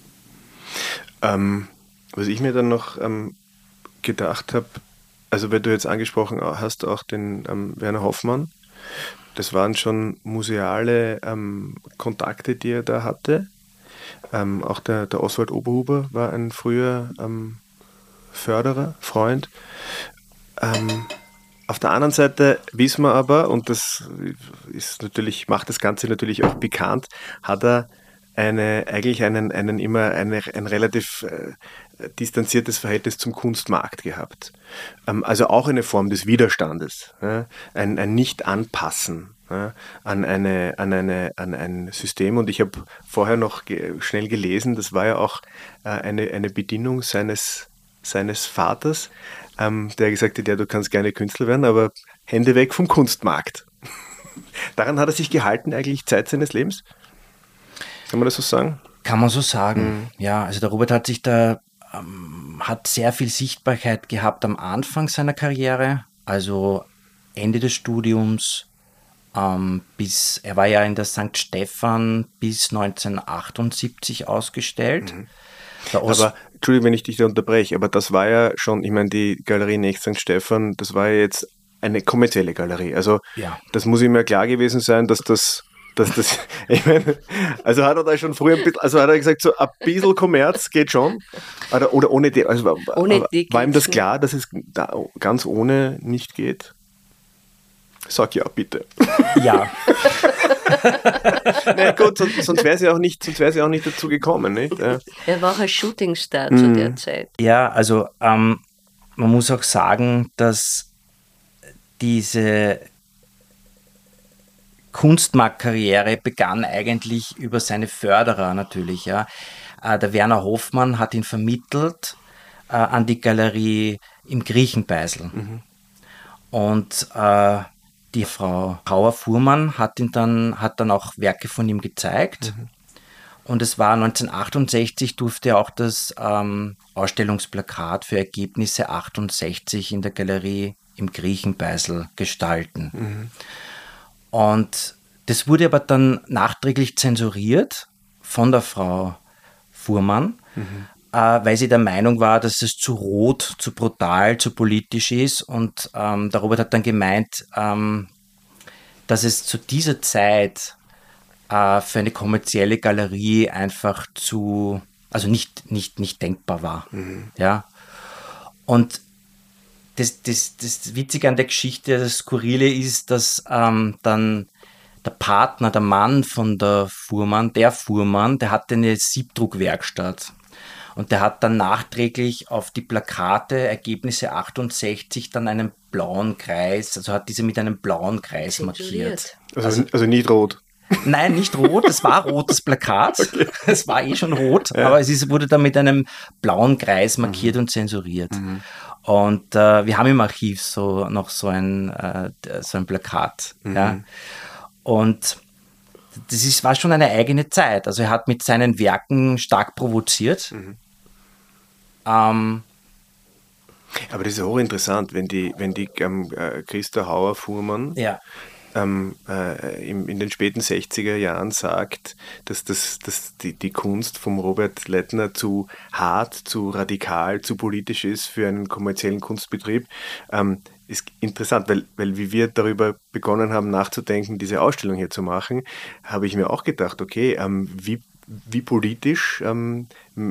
Ähm, was ich mir dann noch ähm, gedacht habe, also wenn du jetzt angesprochen hast, auch den ähm, Werner Hoffmann, das waren schon museale ähm, Kontakte, die er da hatte. Ähm, auch der, der Oswald Oberhuber war ein früher ähm, Förderer, Freund. Ähm, auf der anderen Seite wissen wir aber, und das ist natürlich, macht das Ganze natürlich auch bekannt, hat er eine, eigentlich einen, einen immer eine, ein relativ äh, distanziertes Verhältnis zum Kunstmarkt gehabt. Ähm, also auch eine Form des Widerstandes, ja? ein, ein Nicht-Anpassen ja? an, eine, an, eine, an ein System. Und ich habe vorher noch ge- schnell gelesen, das war ja auch äh, eine, eine Bedienung seines, seines Vaters, ähm, der gesagt hat, ja, du kannst gerne Künstler werden, aber Hände weg vom Kunstmarkt. Daran hat er sich gehalten eigentlich Zeit seines Lebens? Kann man das so sagen? Kann man so sagen, mhm. ja. Also der Robert hat sich da, ähm, hat sehr viel Sichtbarkeit gehabt am Anfang seiner Karriere, also Ende des Studiums, ähm, bis, er war ja in der Sankt Stephan bis neunzehnhundertachtundsiebzig ausgestellt. Mhm. Aber, Entschuldigung, wenn ich dich da unterbreche, aber das war ja schon, ich meine, die Galerie Nächst Sankt Stephan, das war ja jetzt eine kommerzielle Galerie. Also ja. das muss ihm ja klar gewesen sein, dass das Dass das, ich meine, also hat er da schon früher ein bisschen, also hat er gesagt, so ein bisschen Kommerz geht schon, oder, oder ohne die, also ohne die war ihm das klar, dass es da ganz ohne nicht geht? Sag ja, bitte. Ja. Na gut, sonst, sonst wäre es ja auch nicht, sonst wäre es ja auch nicht dazu gekommen, nicht? Ja. Er war auch ein Shootingstar mhm. zu der Zeit. Ja, also ähm, man muss auch sagen, dass diese Kunstmarktkarriere begann eigentlich über seine Förderer natürlich. Ja. Äh, der Werner Hoffmann hat ihn vermittelt äh, an die Galerie im Griechenbeisel. Mhm. Und äh, die Frau Hauer-Fuhrmann hat ihn dann, hat dann auch Werke von ihm gezeigt. Mhm. Und es war neunzehnhundertachtundsechzig, durfte er auch das ähm, Ausstellungsplakat für Ergebnisse achtundsechzig in der Galerie im Griechenbeisel gestalten. Mhm. Und das wurde aber dann nachträglich zensuriert von der Frau Fuhrmann, mhm. äh, weil sie der Meinung war, dass es zu rot, zu brutal, zu politisch ist. Und ähm, der Robert hat dann gemeint, ähm, dass es zu dieser Zeit äh, für eine kommerzielle Galerie einfach zu, also nicht, nicht, nicht denkbar war. Mhm. Ja. Und das, das, das Witzige an der Geschichte, das Skurrile ist, dass ähm, dann der Partner, der Mann von der Fuhrmann, der Fuhrmann, der hatte eine Siebdruckwerkstatt. Und der hat dann nachträglich auf die Plakate Ergebnisse achtundsechzig dann einen blauen Kreis, also hat diese mit einem blauen Kreis markiert. Also, also, also nicht rot? Nein, nicht rot, es war rotes Plakat. Okay. Es war eh schon rot, ja. Aber es ist, wurde dann mit einem blauen Kreis markiert mhm. und zensuriert. Mhm. Und äh, wir haben im Archiv so noch so ein, äh, so ein Plakat. Mhm. Ja. Und das ist, war schon eine eigene Zeit. Also er hat mit seinen Werken stark provoziert. Mhm. Ähm, Aber das ist auch interessant, wenn die, wenn die ähm, äh, Christa Hauer-Fuhrmann ja. ähm, äh, im, in den späten sechziger Jahren sagt, dass, das, dass die, die Kunst vom Robert Lettner zu hart, zu radikal, zu politisch ist für einen kommerziellen Kunstbetrieb. Ähm, ist interessant, weil, weil wie wir darüber begonnen haben nachzudenken, diese Ausstellung hier zu machen, habe ich mir auch gedacht, okay, ähm, wie, wie politisch ähm,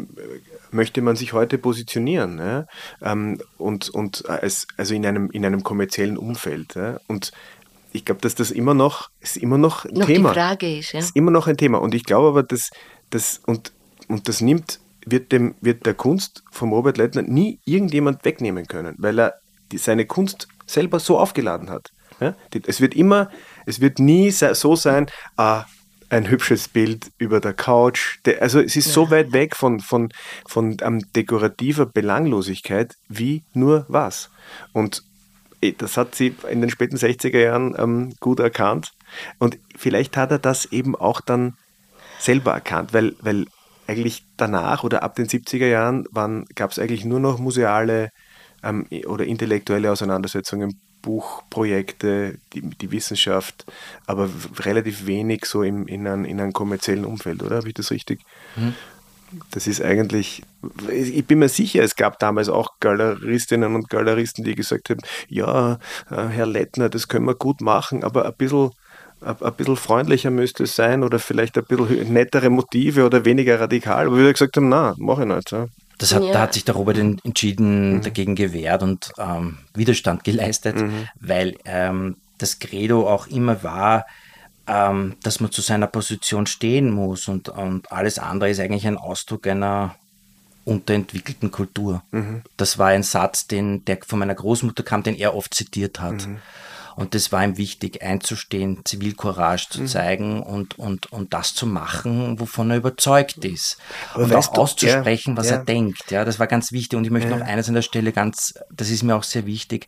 möchte man sich heute positionieren, ja? ähm, und, und als, also in einem, in einem kommerziellen Umfeld. Ja? Und ich glaube, dass das immer noch, ist immer noch ein noch Thema. Die Frage ist, ja. Ist immer noch ein Thema. Und ich glaube aber, dass das, und, und das nimmt, wird dem, wird der Kunst vom Robert Lettner nie irgendjemand wegnehmen können, weil er die, seine Kunst selber so aufgeladen hat. Ja? Die, es wird immer, es wird nie so sein, ah, ein hübsches Bild über der Couch. Der, also es ist ja. so weit weg von, von, von ähm, dekorativer Belanglosigkeit wie nur was. Und das hat sie in den späten sechziger Jahren ähm, gut erkannt. Und vielleicht hat er das eben auch dann selber erkannt, weil, weil eigentlich danach oder ab den siebziger Jahren gab es eigentlich nur noch museale ähm, oder intellektuelle Auseinandersetzungen, Buchprojekte, die, die Wissenschaft, aber relativ wenig so im, in, einem, in einem kommerziellen Umfeld, oder? Habe ich das richtig? Mhm. Das ist eigentlich, ich bin mir sicher, es gab damals auch Galeristinnen und Galeristen, die gesagt haben, ja, Herr Lettner, das können wir gut machen, aber ein bisschen, ein bisschen freundlicher müsste es sein oder vielleicht ein bisschen nettere Motive oder weniger radikal. Aber wir gesagt haben, na, mach ich nicht. Ja. Das hat, ja. Da hat sich der Robert entschieden mhm. dagegen gewehrt und ähm, Widerstand geleistet, mhm. weil ähm, das Credo auch immer war, ähm, dass man zu seiner Position stehen muss und, und alles andere ist eigentlich ein Ausdruck einer unterentwickelten Kultur. Mhm. Das war ein Satz, den, der von meiner Großmutter kam, den er oft zitiert hat. Mhm. Und das war ihm wichtig, einzustehen, Zivilcourage zu mhm. zeigen und, und, und das zu machen, wovon er überzeugt ist. Aber und auch du, auszusprechen, ja, was ja. er denkt. Ja, das war ganz wichtig. Und ich möchte ja. noch eines an der Stelle ganz, das ist mir auch sehr wichtig,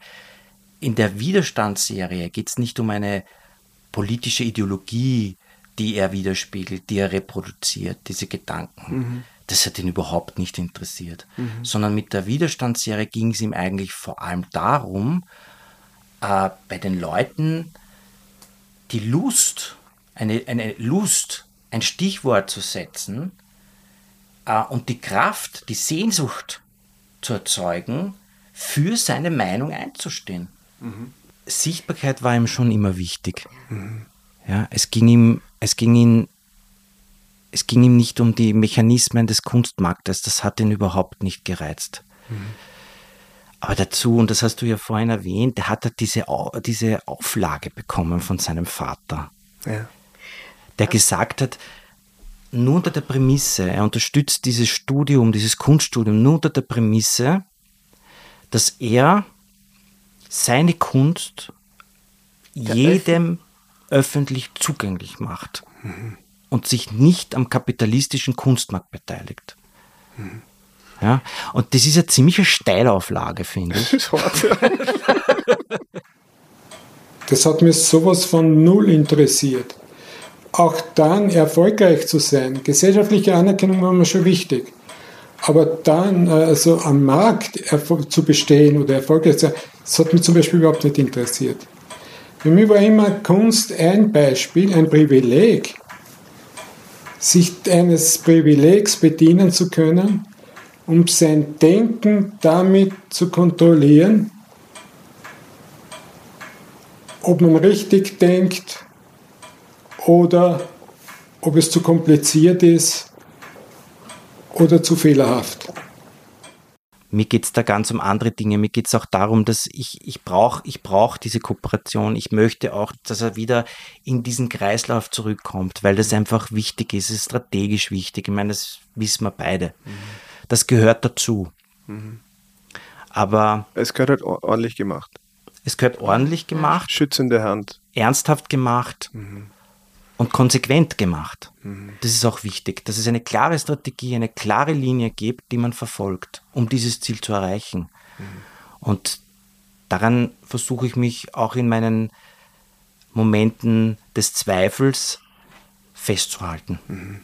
in der Widerstandsserie geht es nicht um eine politische Ideologie, die er widerspiegelt, die er reproduziert, diese Gedanken. Mhm. Das hat ihn überhaupt nicht interessiert. Mhm. Sondern mit der Widerstandsserie ging es ihm eigentlich vor allem darum, äh, bei den Leuten die Lust, eine, eine Lust, ein Stichwort zu setzen äh, und die Kraft, die Sehnsucht zu erzeugen, für seine Meinung einzustehen. Mhm. Sichtbarkeit war ihm schon immer wichtig. Mhm. Ja, es ging ihm, es ging ihm, es ging ihm nicht um die Mechanismen des Kunstmarktes, das hat ihn überhaupt nicht gereizt. Mhm. Aber dazu, und das hast du ja vorhin erwähnt, der hat diese, diese Auflage bekommen von seinem Vater, ja. der gesagt hat, nur unter der Prämisse, er unterstützt dieses Studium, dieses Kunststudium, nur unter der Prämisse, dass er seine Kunst der jedem öffentlich zugänglich macht mhm. und sich nicht am kapitalistischen Kunstmarkt beteiligt. Mhm. Ja, und das ist eine ziemliche Steilauflage, finde ich. Das hat mich sowas von null interessiert. Auch dann erfolgreich zu sein, gesellschaftliche Anerkennung war mir schon wichtig. Aber dann also am Markt zu bestehen oder erfolgreich zu sein, das hat mich zum Beispiel überhaupt nicht interessiert. Für mich war immer Kunst ein Beispiel, ein Privileg, sich eines Privilegs bedienen zu können, um sein Denken damit zu kontrollieren, ob man richtig denkt oder ob es zu kompliziert ist oder zu fehlerhaft. Mir geht es da ganz um andere Dinge. Mir geht es auch darum, dass ich, ich brauche ich brauch diese Kooperation. Ich möchte auch, dass er wieder in diesen Kreislauf zurückkommt, weil das einfach wichtig ist. Es ist strategisch wichtig. Ich meine, das wissen wir beide. Mhm. Das gehört dazu. Mhm. Aber es gehört halt ordentlich gemacht. Es gehört ordentlich gemacht. Schützende Hand. Ernsthaft gemacht. Mhm. Und konsequent gemacht. Mhm. Das ist auch wichtig, dass es eine klare Strategie, eine klare Linie gibt, die man verfolgt, um dieses Ziel zu erreichen. Mhm. Und daran versuche ich mich auch in meinen Momenten des Zweifels festzuhalten. Mhm.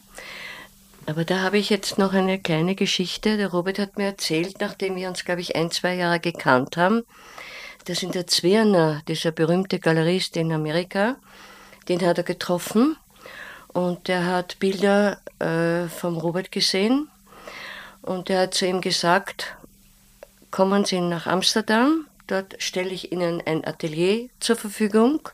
Aber da habe ich jetzt noch eine kleine Geschichte. Der Robert hat mir erzählt, nachdem wir uns, glaube ich, ein, zwei Jahre gekannt haben, dass in der Zwirner, dieser berühmte Galerist in Amerika, den hat er getroffen und der hat Bilder äh, vom Robert gesehen und der hat zu ihm gesagt, kommen Sie nach Amsterdam, dort stelle ich Ihnen ein Atelier zur Verfügung,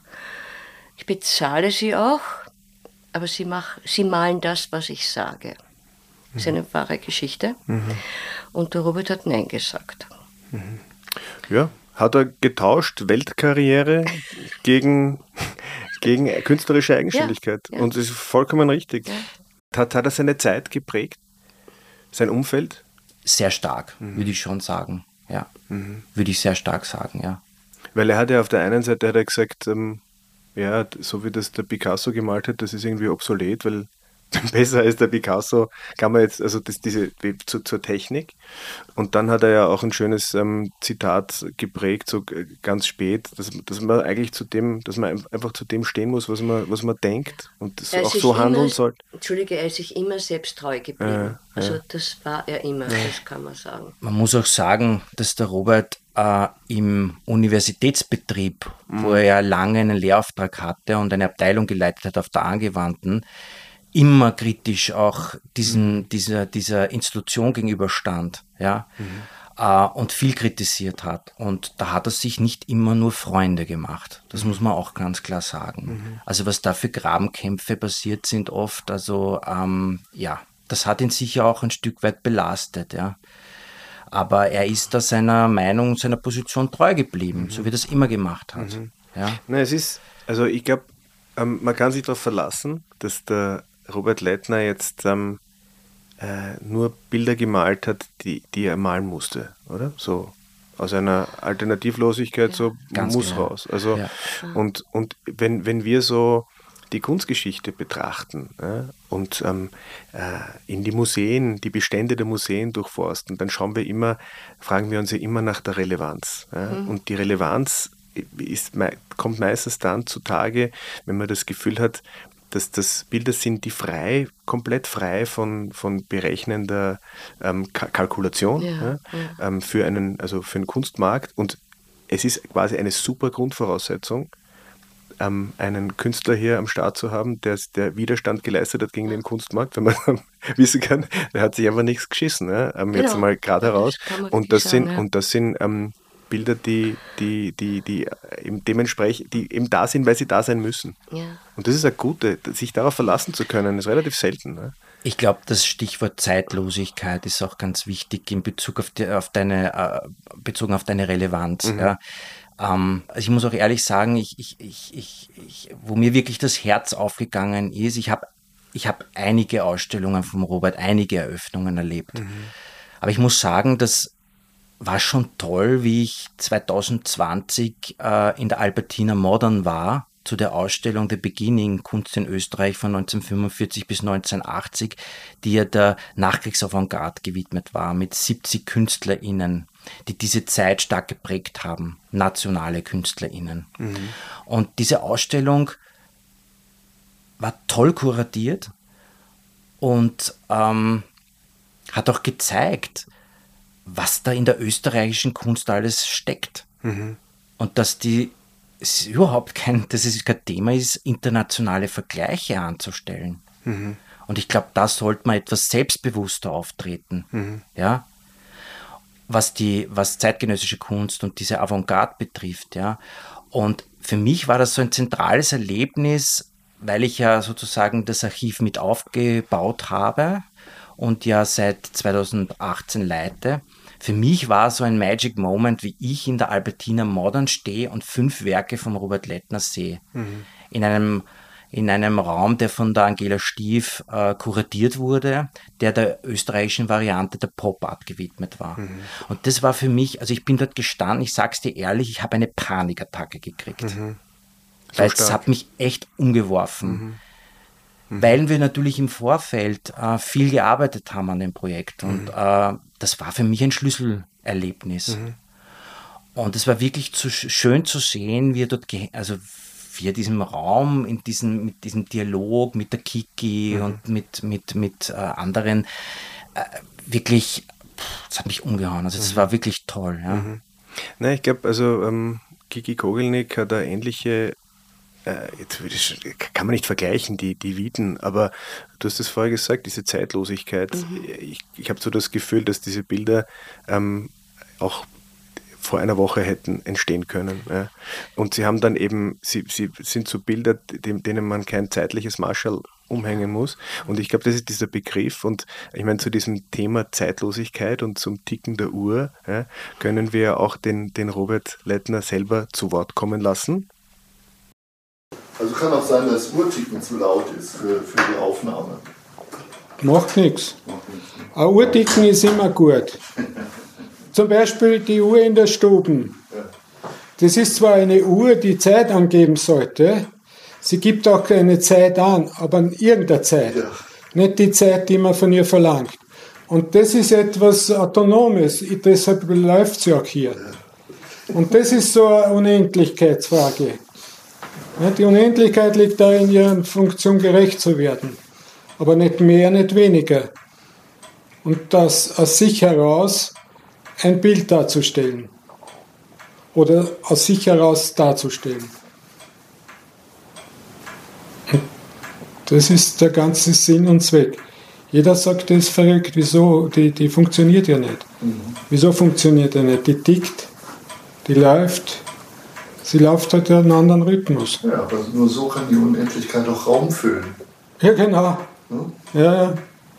ich bezahle Sie auch, aber Sie, mach, Sie malen das, was ich sage. Das ist eine wahre Geschichte. Mhm. Und der Robert hat Nein gesagt. Mhm. Ja, hat er getauscht, Weltkarriere gegen... Gegen künstlerische Eigenständigkeit. Ja, ja. Und das ist vollkommen richtig. Ja. Hat, hat er seine Zeit geprägt? Sein Umfeld? Sehr stark, mhm. würde ich schon sagen. Ja, mhm. würde ich sehr stark sagen, ja. Weil er hat ja auf der einen Seite hat er gesagt, ähm, ja, so wie das der Picasso gemalt hat, das ist irgendwie obsolet, weil besser als der Picasso kann man jetzt, also das, diese zu, zur Technik. Und dann hat er ja auch ein schönes ähm, Zitat geprägt, so ganz spät, dass, dass man eigentlich zu dem, dass man einfach zu dem stehen muss, was man, was man denkt und das auch so handeln sollte. Entschuldige, er ist sich immer selbst treu geblieben. Äh, also ja. Das war er immer, ja. Das kann man sagen. Man muss auch sagen, dass der Robert äh, im Universitätsbetrieb, mhm. wo er ja lange einen Lehrauftrag hatte und eine Abteilung geleitet hat auf der Angewandten, immer kritisch auch diesen, mhm. dieser, dieser Institution gegenüberstand, ja, mhm. äh, und viel kritisiert hat. Und da hat er sich nicht immer nur Freunde gemacht. Das mhm. muss man auch ganz klar sagen. Mhm. Also was da für Grabenkämpfe passiert sind oft, also ähm, ja, das hat ihn sicher auch ein Stück weit belastet, ja. Aber er ist da seiner Meinung, seiner Position treu geblieben, mhm. so wie er das immer gemacht hat. Mhm. Ja. Na, es ist, also ich glaube, ähm, man kann sich darauf verlassen, dass der Robert Leitner jetzt ähm, äh, nur Bilder gemalt hat, die, die er malen musste, oder? So aus einer Alternativlosigkeit, ja, so muss genau. raus. Also ja. und, und wenn, wenn wir so die Kunstgeschichte betrachten ja, und ähm, äh, in die Museen, die Bestände der Museen durchforsten, dann schauen wir immer, fragen wir uns ja immer nach der Relevanz. Ja? Mhm. Und die Relevanz ist, kommt meistens dann zutage, wenn man das Gefühl hat, dass das Bilder sind, die frei, komplett frei von, von berechnender ähm, Kalkulation ja, ja, ja. Ähm, für einen, also für einen Kunstmarkt. Und es ist quasi eine super Grundvoraussetzung, ähm, einen Künstler hier am Start zu haben, der, der Widerstand geleistet hat gegen den Kunstmarkt, wenn man wissen kann, der hat sich einfach nichts geschissen, ja? ähm, genau. Jetzt mal gerade heraus. Und das sind, sagen, ja. und das sind ähm, Bilder, die, die, die, die eben dementsprechend, die eben da sind, weil sie da sein müssen. Ja. Und das ist eine gute, sich darauf verlassen zu können, ist relativ selten. Ne? Ich glaube, das Stichwort Zeitlosigkeit ist auch ganz wichtig in Bezug auf, die, auf deine, äh, bezogen auf deine Relevanz. Mhm. Ja. Ähm, also ich muss auch ehrlich sagen, ich, ich, ich, ich, ich, wo mir wirklich das Herz aufgegangen ist, ich habe ich hab einige Ausstellungen vom Robert, einige Eröffnungen erlebt. Mhm. Aber ich muss sagen, dass war schon toll, wie ich zwanzig zwanzig äh, in der Albertina Modern war, zu der Ausstellung The Beginning, Kunst in Österreich von neunzehnhundertfünfundvierzig bis neunzehnhundertachtzig, die ja der Nachkriegsavantgarde gewidmet war, mit siebzig KünstlerInnen. die diese Zeit stark geprägt haben, nationale KünstlerInnen. Mhm. Und diese Ausstellung war toll kuratiert und ähm, hat auch gezeigt, was da in der österreichischen Kunst alles steckt. Mhm. Und dass die es überhaupt kein, dass es kein Thema ist, internationale Vergleiche anzustellen. Mhm. Und ich glaube, da sollte man etwas selbstbewusster auftreten. Mhm. Ja? Was die, was zeitgenössische Kunst und diese Avantgarde betrifft. Ja? Und für mich war das so ein zentrales Erlebnis, weil ich ja sozusagen das Archiv mit aufgebaut habe und ja seit zweitausendachtzehn leite. Für mich war so ein Magic Moment, wie ich in der Albertina Modern stehe und fünf Werke von Robert Lettner sehe. Mhm. In einem, in einem Raum, der von der Angela Stief äh, kuratiert wurde, der der österreichischen Variante der Pop-Art gewidmet war. Mhm. Und das war für mich, also ich bin dort gestanden, ich sag's dir ehrlich, ich habe eine Panikattacke gekriegt. Mhm. So Weil es hat mich echt umgeworfen. Mhm. Mhm. Weil wir natürlich im Vorfeld äh, viel gearbeitet haben an dem Projekt. Und mhm. äh, das war für mich ein Schlüsselerlebnis. Mhm. Und es war wirklich zu, schön zu sehen, wie er dort, ge- also wie er diesem Raum, in diesem, mit diesem Dialog mit der Kiki mhm. und mit, mit, mit äh, anderen, äh, wirklich, das hat mich umgehauen. Also es mhm. war wirklich toll. Ja. Mhm. Nein, ich glaube, also ähm, Kiki Kogelnick hat eine ähnliche, äh, jetzt kann man nicht vergleichen, die, die Viten, aber du hast es vorher gesagt, diese Zeitlosigkeit. Mhm. Ich, ich habe so das Gefühl, dass diese Bilder ähm, auch vor einer Woche hätten entstehen können. Ja. Und sie haben dann eben, sie, sie sind so Bilder, denen man kein zeitliches Marschall umhängen muss. Und ich glaube, das ist dieser Begriff. Und ich meine, zu diesem Thema Zeitlosigkeit und zum Ticken der Uhr ja, können wir auch den, den Robert Lettner selber zu Wort kommen lassen. Also kann auch sein, dass das Uhrticken zu laut ist für, für die Aufnahme. Macht nichts. Ein Uhrticken ist immer gut. Zum Beispiel die Uhr in der Stube. Das ist zwar eine Uhr, die Zeit angeben sollte, sie gibt auch eine Zeit an, aber irgendeine Zeit. Ja. Nicht die Zeit, die man von ihr verlangt. Und das ist etwas Autonomes, deshalb läuft sie auch hier. Ja. Und das ist so eine Unendlichkeitsfrage. Die Unendlichkeit liegt darin, ihrer Funktion gerecht zu werden. Aber nicht mehr, nicht weniger. Und das aus sich heraus ein Bild darzustellen oder aus sich heraus darzustellen. Das ist der ganze Sinn und Zweck. Jeder sagt, das ist verrückt, wieso? Die, die funktioniert ja nicht. Mhm. Wieso funktioniert die nicht? Die tickt, die läuft, sie läuft halt einen anderen Rhythmus. Ja, aber nur so kann die Unendlichkeit auch Raum füllen. Ja, genau. Hm? Ja, ja.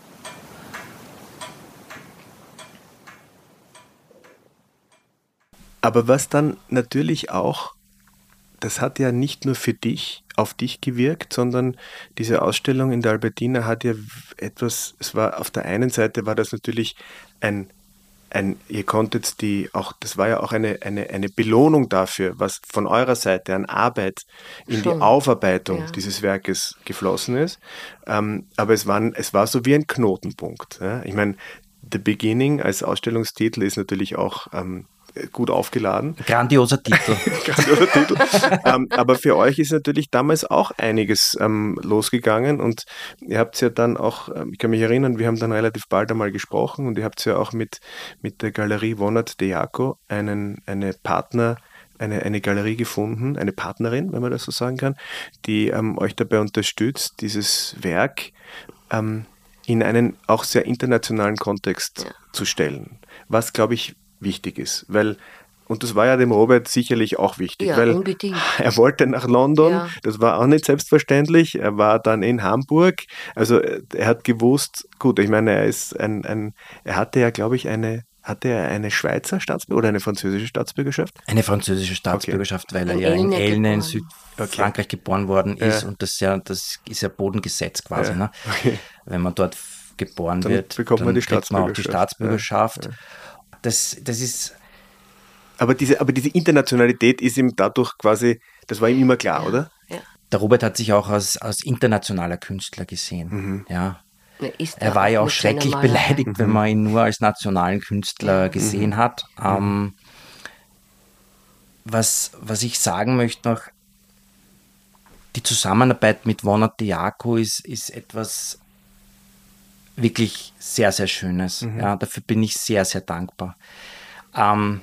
Aber was dann natürlich auch, das hat ja nicht nur für dich, auf dich gewirkt, sondern diese Ausstellung in der Albertina hat ja etwas, es war auf der einen Seite war das natürlich ein, ein ihr konntet die auch, das war ja auch eine, eine, eine Belohnung dafür, was von eurer Seite an Arbeit in Schon. die Aufarbeitung ja. dieses Werkes geflossen ist. Ähm, aber es war, es war so wie ein Knotenpunkt. Ja? Ich meine, The Beginning als Ausstellungstitel ist natürlich auch ähm, gut aufgeladen. Grandioser Titel. Grandioser Titel. ähm, aber für euch ist natürlich damals auch einiges ähm, losgegangen und ihr habt es ja dann auch, ähm, ich kann mich erinnern, wir haben dann relativ bald einmal gesprochen und ihr habt es ja auch mit, mit der Galerie Vonat de Jaco einen, eine Partner, eine, eine Galerie gefunden, eine Partnerin, wenn man das so sagen kann, die ähm, euch dabei unterstützt, dieses Werk ähm, in einen auch sehr internationalen Kontext ja. zu stellen. Was, glaube ich, wichtig ist, weil, und das war ja dem Robert sicherlich auch wichtig, ja, weil unbedingt. Er wollte nach London, ja. das war auch nicht selbstverständlich, er war dann in Hamburg, also er hat gewusst, gut, ich meine, er ist ein, ein er hatte ja, glaube ich, eine, hatte er eine Schweizer Staatsbürgerschaft oder eine französische Staatsbürgerschaft? Eine französische Staatsbürgerschaft, okay. weil er in ja in Elne in Südfrankreich okay. geboren worden ist ja. und das ja, das ist ja Bodengesetz quasi, ja. ne? Okay. Wenn man dort geboren dann wird, bekommt dann man die kriegt man auch die Staatsbürgerschaft. Ja. Ja. Das, das ist. Aber diese, aber diese Internationalität ist ihm dadurch quasi, das war ihm immer klar, ja, oder? Ja. Der Robert hat sich auch als, als internationaler Künstler gesehen. Mhm. Ja. Ist er war ja auch schrecklich beleidigt, Mhm. wenn man ihn nur als nationalen Künstler gesehen Mhm. hat. Ähm, was, was ich sagen möchte noch, die Zusammenarbeit mit Vonat Diaco ist, ist etwas wirklich sehr, sehr Schönes. Mhm. Ja, dafür bin ich sehr, sehr dankbar. Ähm,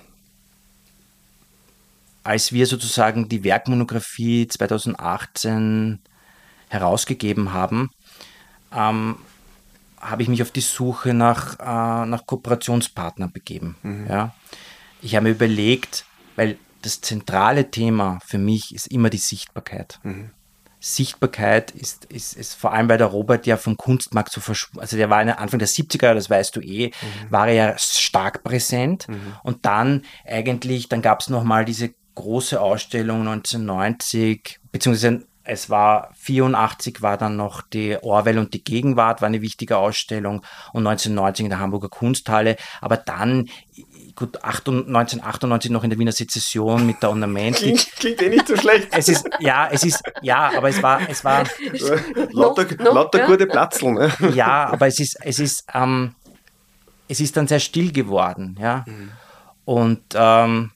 als wir sozusagen die Werkmonographie zwanzig achtzehn herausgegeben haben, ähm, habe ich mich auf die Suche nach, äh, nach Kooperationspartnern begeben. Mhm. Ja. Ich habe mir überlegt, weil das zentrale Thema für mich ist immer die Sichtbarkeit. Mhm. Sichtbarkeit ist, ist, ist vor allem, weil der Robert ja vom Kunstmarkt so verschwunden, also der war Anfang der siebziger, das weißt du eh, Mhm. war er ja stark präsent. Mhm. Und dann eigentlich, dann gab es nochmal diese große Ausstellung neunzehnhundertneunzig, beziehungsweise es war vierundachtzig, war dann noch die Orwell und die Gegenwart, war eine wichtige Ausstellung, und neunzehnhundertneunzig in der Hamburger Kunsthalle. Aber dann, gut, neunzehnhundertachtundneunzig noch in der Wiener Sezession mit der Ornamentik. Klingt, klingt eh nicht so schlecht. Es ist, ja, es ist, ja, aber es war, es war, lauter No, no, lauter ja. gute Platzeln. Ne? ja, aber es ist, es ist, ähm, es ist dann sehr still geworden, ja. Und ähm,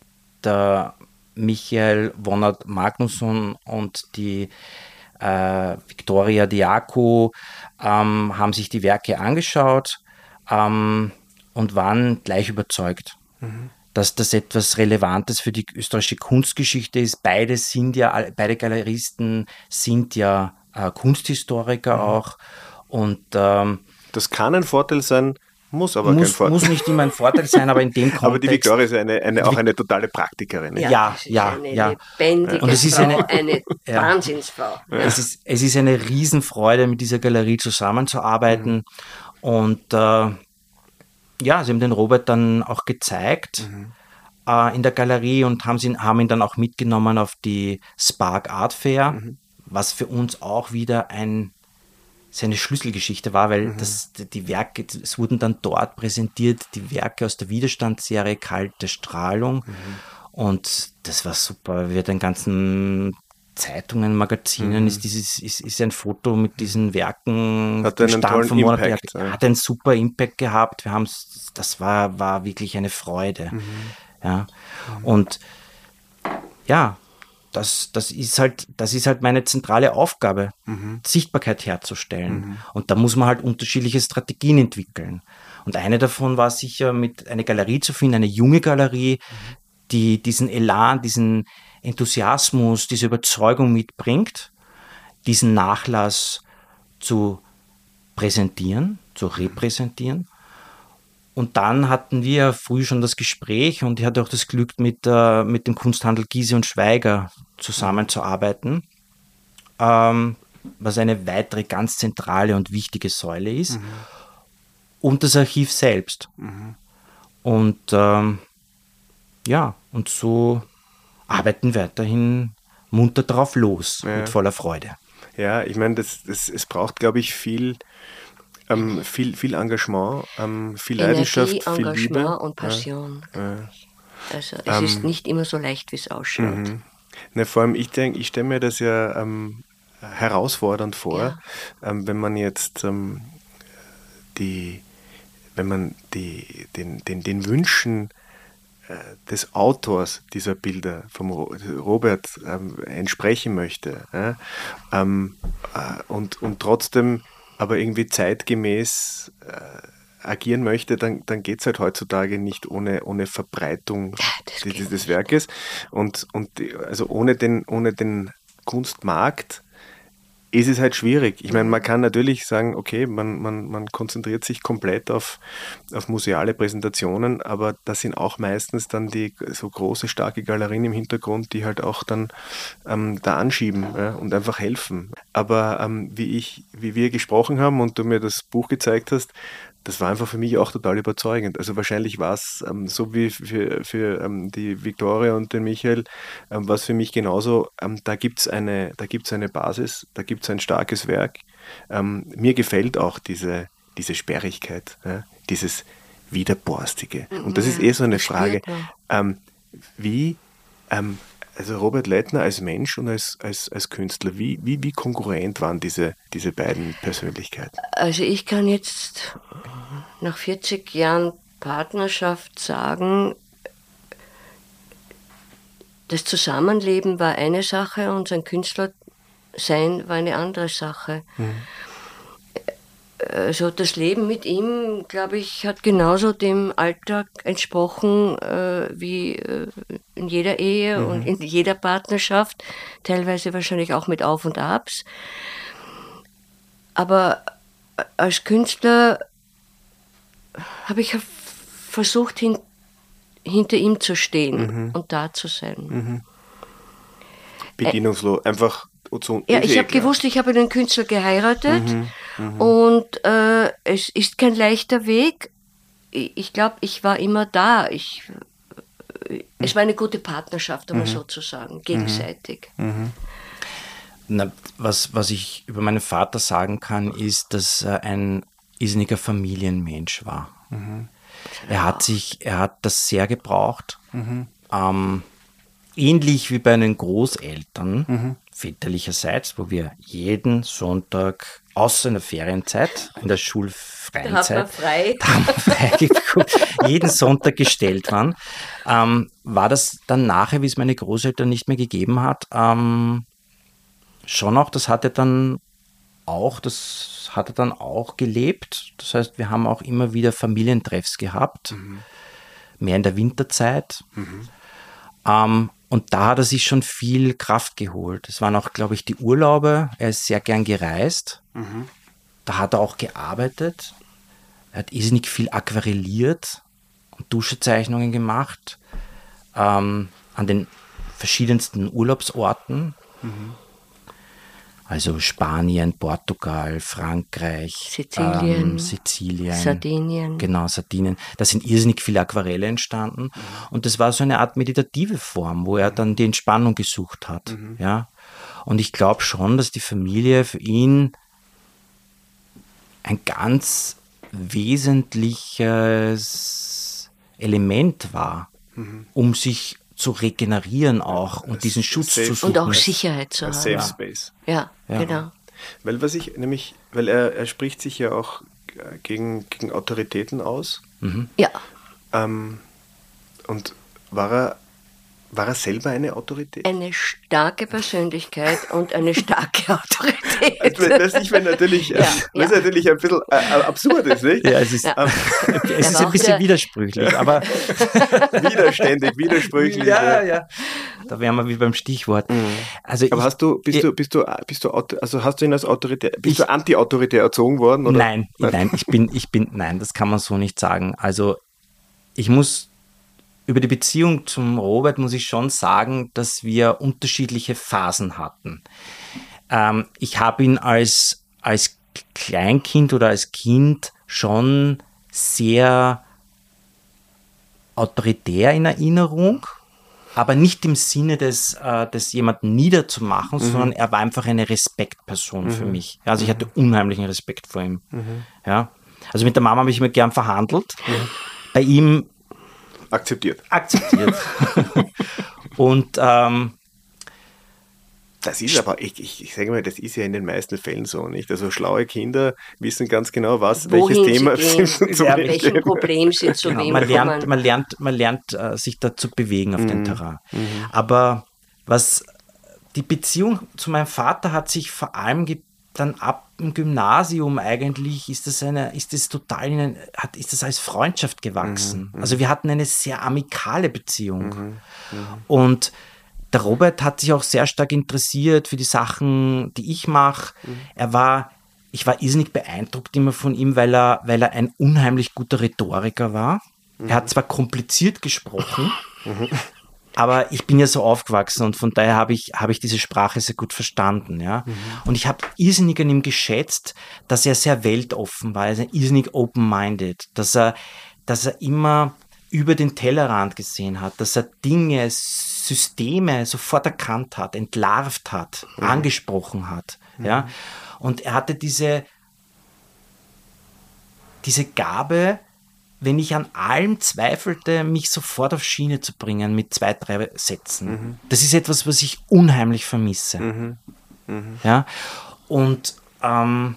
der Michael Vonat Magnusson und die äh, Victoria Diaco ähm, haben sich die Werke angeschaut ähm, und waren gleich überzeugt, Mhm. dass das etwas Relevantes für die österreichische Kunstgeschichte ist. Beide sind ja, beide Galeristen sind ja äh, Kunsthistoriker Mhm. auch, und ähm, Das kann ein Vorteil sein, muss aber kein muss, Vorteil. muss nicht immer ein Vorteil sein, aber in dem Kontext. Aber die Victoria ist eine, eine, auch eine totale Praktikerin. nicht? Ja, das ist ja, eine ja. lebendige Und es ist Frau, eine- eine Ja. Wahnsinnsfrau. Es ist, es ist eine Riesenfreude, mit dieser Galerie zusammenzuarbeiten. Und äh, ja, sie haben den Robert dann auch gezeigt äh, in der Galerie und haben, sie, haben ihn dann auch mitgenommen auf die Spark Art Fair, was für uns auch wieder ein, seine Schlüsselgeschichte war, weil das, die Werke, es wurden dann dort präsentiert, die Werke aus der Widerstandsserie Kalte Strahlung. Und das war super. Wir den ganzen Zeitungen, Magazinen Mhm. ist dieses ist, ist ein Foto mit diesen Werken. Hat einen Stand tollen vom Monat, Impact, ja, ja. hat einen super Impact gehabt. Wir haben das war war wirklich eine Freude. Mhm. Ja. Und ja, das, das ist halt, das ist halt meine zentrale Aufgabe, Mhm. Sichtbarkeit herzustellen. Mhm. Und da muss man halt unterschiedliche Strategien entwickeln. Und eine davon war sicher, mit eine Galerie zu finden, eine junge Galerie, die diesen Elan, diesen Enthusiasmus, diese Überzeugung mitbringt, diesen Nachlass zu präsentieren, zu repräsentieren. Und dann hatten wir früh schon das Gespräch, und ich hatte auch das Glück, mit, äh, mit dem Kunsthandel Giese und Schweiger zusammenzuarbeiten, ähm, was eine weitere ganz zentrale und wichtige Säule ist, Mhm. und das Archiv selbst. Mhm. Und ähm, ja, und so arbeiten weiterhin munter drauf los, Ja. mit voller Freude. Ja, ich meine, das, das, es braucht, glaube ich, viel, ähm, viel, viel Engagement, ähm, viel Leidenschaft, Energie, viel Engagement Liebe. und Passion. Ja. Also es Ähm, ist nicht immer so leicht, wie es ausschaut. Mhm. Ne, vor allem, ich denke, ich stelle mir das ja ähm, herausfordernd vor, ähm, wenn man jetzt ähm, die, wenn man die, den, den, den Wünschen äh, des Autors dieser Bilder, vom Ro- Robert, ähm, entsprechen möchte, ja, ähm, äh, und, und trotzdem aber irgendwie zeitgemäß äh, agieren möchte, dann, dann geht es halt heutzutage nicht ohne, ohne Verbreitung das des, geht des Werkes. Und, und die, also ohne den, ohne den Kunstmarkt ist es halt schwierig. Ich meine, man kann natürlich sagen, okay, man, man, man konzentriert sich komplett auf, auf museale Präsentationen, aber das sind auch meistens dann die so große, starke Galerien im Hintergrund, die halt auch dann ähm, da anschieben, ja, und einfach helfen. Aber ähm, wie ich, wie wir gesprochen haben und du mir das Buch gezeigt hast, das war einfach für mich auch total überzeugend. Also wahrscheinlich war es ähm, so wie für, für ähm, die Victoria und den Michael, ähm, war es für mich genauso, ähm, da gibt es eine, da gibt's eine Basis, da gibt es ein starkes Werk. Ähm, mir gefällt auch diese, diese Sperrigkeit, ja, dieses Widerborstige. Und das ist eh so eine das Frage, spürt man. ähm, wie, ähm, Also Robert Leitner als Mensch und als, als, als Künstler, wie, wie, wie konkurrent waren diese, diese beiden Persönlichkeiten? Also ich kann jetzt nach vierzig Jahren Partnerschaft sagen, das Zusammenleben war eine Sache und sein Künstlersein war eine andere Sache. Mhm. Also das Leben mit ihm, glaube ich, hat genauso dem Alltag entsprochen äh, wie äh, in jeder Ehe mhm. und in jeder Partnerschaft, teilweise wahrscheinlich auch mit Auf und Abs. Aber als Künstler habe ich versucht, hin, hinter ihm zu stehen mhm. und da zu sein. Mhm. Bedienungslos, einfach zu Ja, ich habe gewusst, ich habe einen Künstler geheiratet mhm. Mhm. und äh, es ist kein leichter Weg. Ich, ich glaube, ich war immer da. Ich, mhm. Es war eine gute Partnerschaft, um mhm. so zu sagen, gegenseitig. Mhm. Na, was, was ich über meinen Vater sagen kann, ist, dass er ein irrsinniger Familienmensch war. Mhm. Er hat sich, er hat das sehr gebraucht. Mhm. Ähm, ähnlich wie bei den Großeltern, mhm. väterlicherseits, wo wir jeden Sonntag, außer in der Ferienzeit, in der schulfreien da Zeit, frei. da haben wir frei geguckt, jeden Sonntag gestellt waren, ähm, war das dann nachher, wie es meine Großeltern nicht mehr gegeben hat, ähm, schon auch, das hat er dann auch, das hat er dann auch gelebt. Das heißt, wir haben auch immer wieder Familientreffs gehabt, mhm. mehr in der Winterzeit. Mhm. Ähm, und da hat er sich schon viel Kraft geholt. Es waren auch, glaube ich, die Urlaube. Er ist sehr gern gereist. Mhm. Da hat er auch gearbeitet. Er hat irrsinnig viel aquarelliert und Duschezeichnungen gemacht ähm, an den verschiedensten Urlaubsorten. Mhm. Also Spanien, Portugal, Frankreich, Sizilien, ähm, Sizilien, Sardinien. Genau, Sardinien. Da sind irrsinnig viele Aquarelle entstanden. Mhm. Und das war so eine Art meditative Form, wo er dann die Entspannung gesucht hat. Mhm. Ja? Und ich glaube schon, dass die Familie für ihn ein ganz wesentliches Element war, mhm. um sich zu regenerieren auch und diesen Schutz safe, zu suchen. Und auch Sicherheit zu haben. Safe Space. Ja, ja, genau. Weil was ich nämlich, weil er, er spricht sich ja auch gegen, gegen Autoritäten aus. Mhm. Ja. Ähm, und war er, war er selber eine Autorität? Eine starke Persönlichkeit und eine starke Autorität. Also, das ich wenn natürlich, ja, was ja. natürlich ein bisschen äh, absurd ist, nicht? Ja, es ist, Ja. ähm, es ist ein bisschen widersprüchlich, aber widerständig, widersprüchlich. Ja, ja. Da wären wir wie beim Stichwort. Mhm. Also aber ich, hast du, bist ich, du, bist du, bist du, also hast du ihn als autoritär, bist ich, du anti-autoritär erzogen worden? Oder? Nein, nein, ich bin, ich bin, nein, das kann man so nicht sagen. Also ich muss über die Beziehung zum Robert muss ich schon sagen, dass wir unterschiedliche Phasen hatten. Ähm, ich habe ihn als, als Kleinkind oder als Kind schon sehr autoritär in Erinnerung, aber nicht im Sinne des, äh, des jemanden niederzumachen, mhm. sondern er war einfach eine Respektperson mhm. für mich. Also ich hatte unheimlichen Respekt vor ihm. Mhm. Ja? Also mit der Mama habe ich immer gern verhandelt. Mhm. Bei ihm Akzeptiert. Akzeptiert. Und ähm, das ist aber, ich, ich, ich sage mal, das ist ja in den meisten Fällen so, nicht? Also schlaue Kinder wissen ganz genau, was, welches Thema sie zu ja, welchem Problem sie zu genau, wem man lernt, man lernt, man lernt uh, sich da zu bewegen auf mhm. dem Terrain. Mhm. Aber was die Beziehung zu meinem Vater hat sich vor allem ge- dann ab dem Gymnasium eigentlich ist das eine, ist das total in ein, hat, ist das als Freundschaft gewachsen. Mhm, also wir hatten eine sehr amikale Beziehung. Mhm, und der Robert hat sich auch sehr stark interessiert für die Sachen, die ich mache. Mhm. Er war, ich war irrsinnig beeindruckt immer von ihm, weil er, weil er ein unheimlich guter Rhetoriker war. Mhm. Er hat zwar kompliziert gesprochen, mhm. aber ich bin ja so aufgewachsen und von daher habe ich, habe ich diese Sprache sehr gut verstanden. Ja? Mhm. Und ich habe irrsinnig an ihm geschätzt, dass er sehr weltoffen war, also irrsinnig open-minded, dass er, dass er immer über den Tellerrand gesehen hat, dass er Dinge, Systeme sofort erkannt hat, entlarvt hat, mhm. angesprochen hat. Mhm. Ja? Und er hatte diese, diese Gabe, wenn ich an allem zweifelte, mich sofort auf Schiene zu bringen mit zwei, drei Sätzen. Mhm. Das ist etwas, was ich unheimlich vermisse. Mhm. Mhm. Ja, und ähm,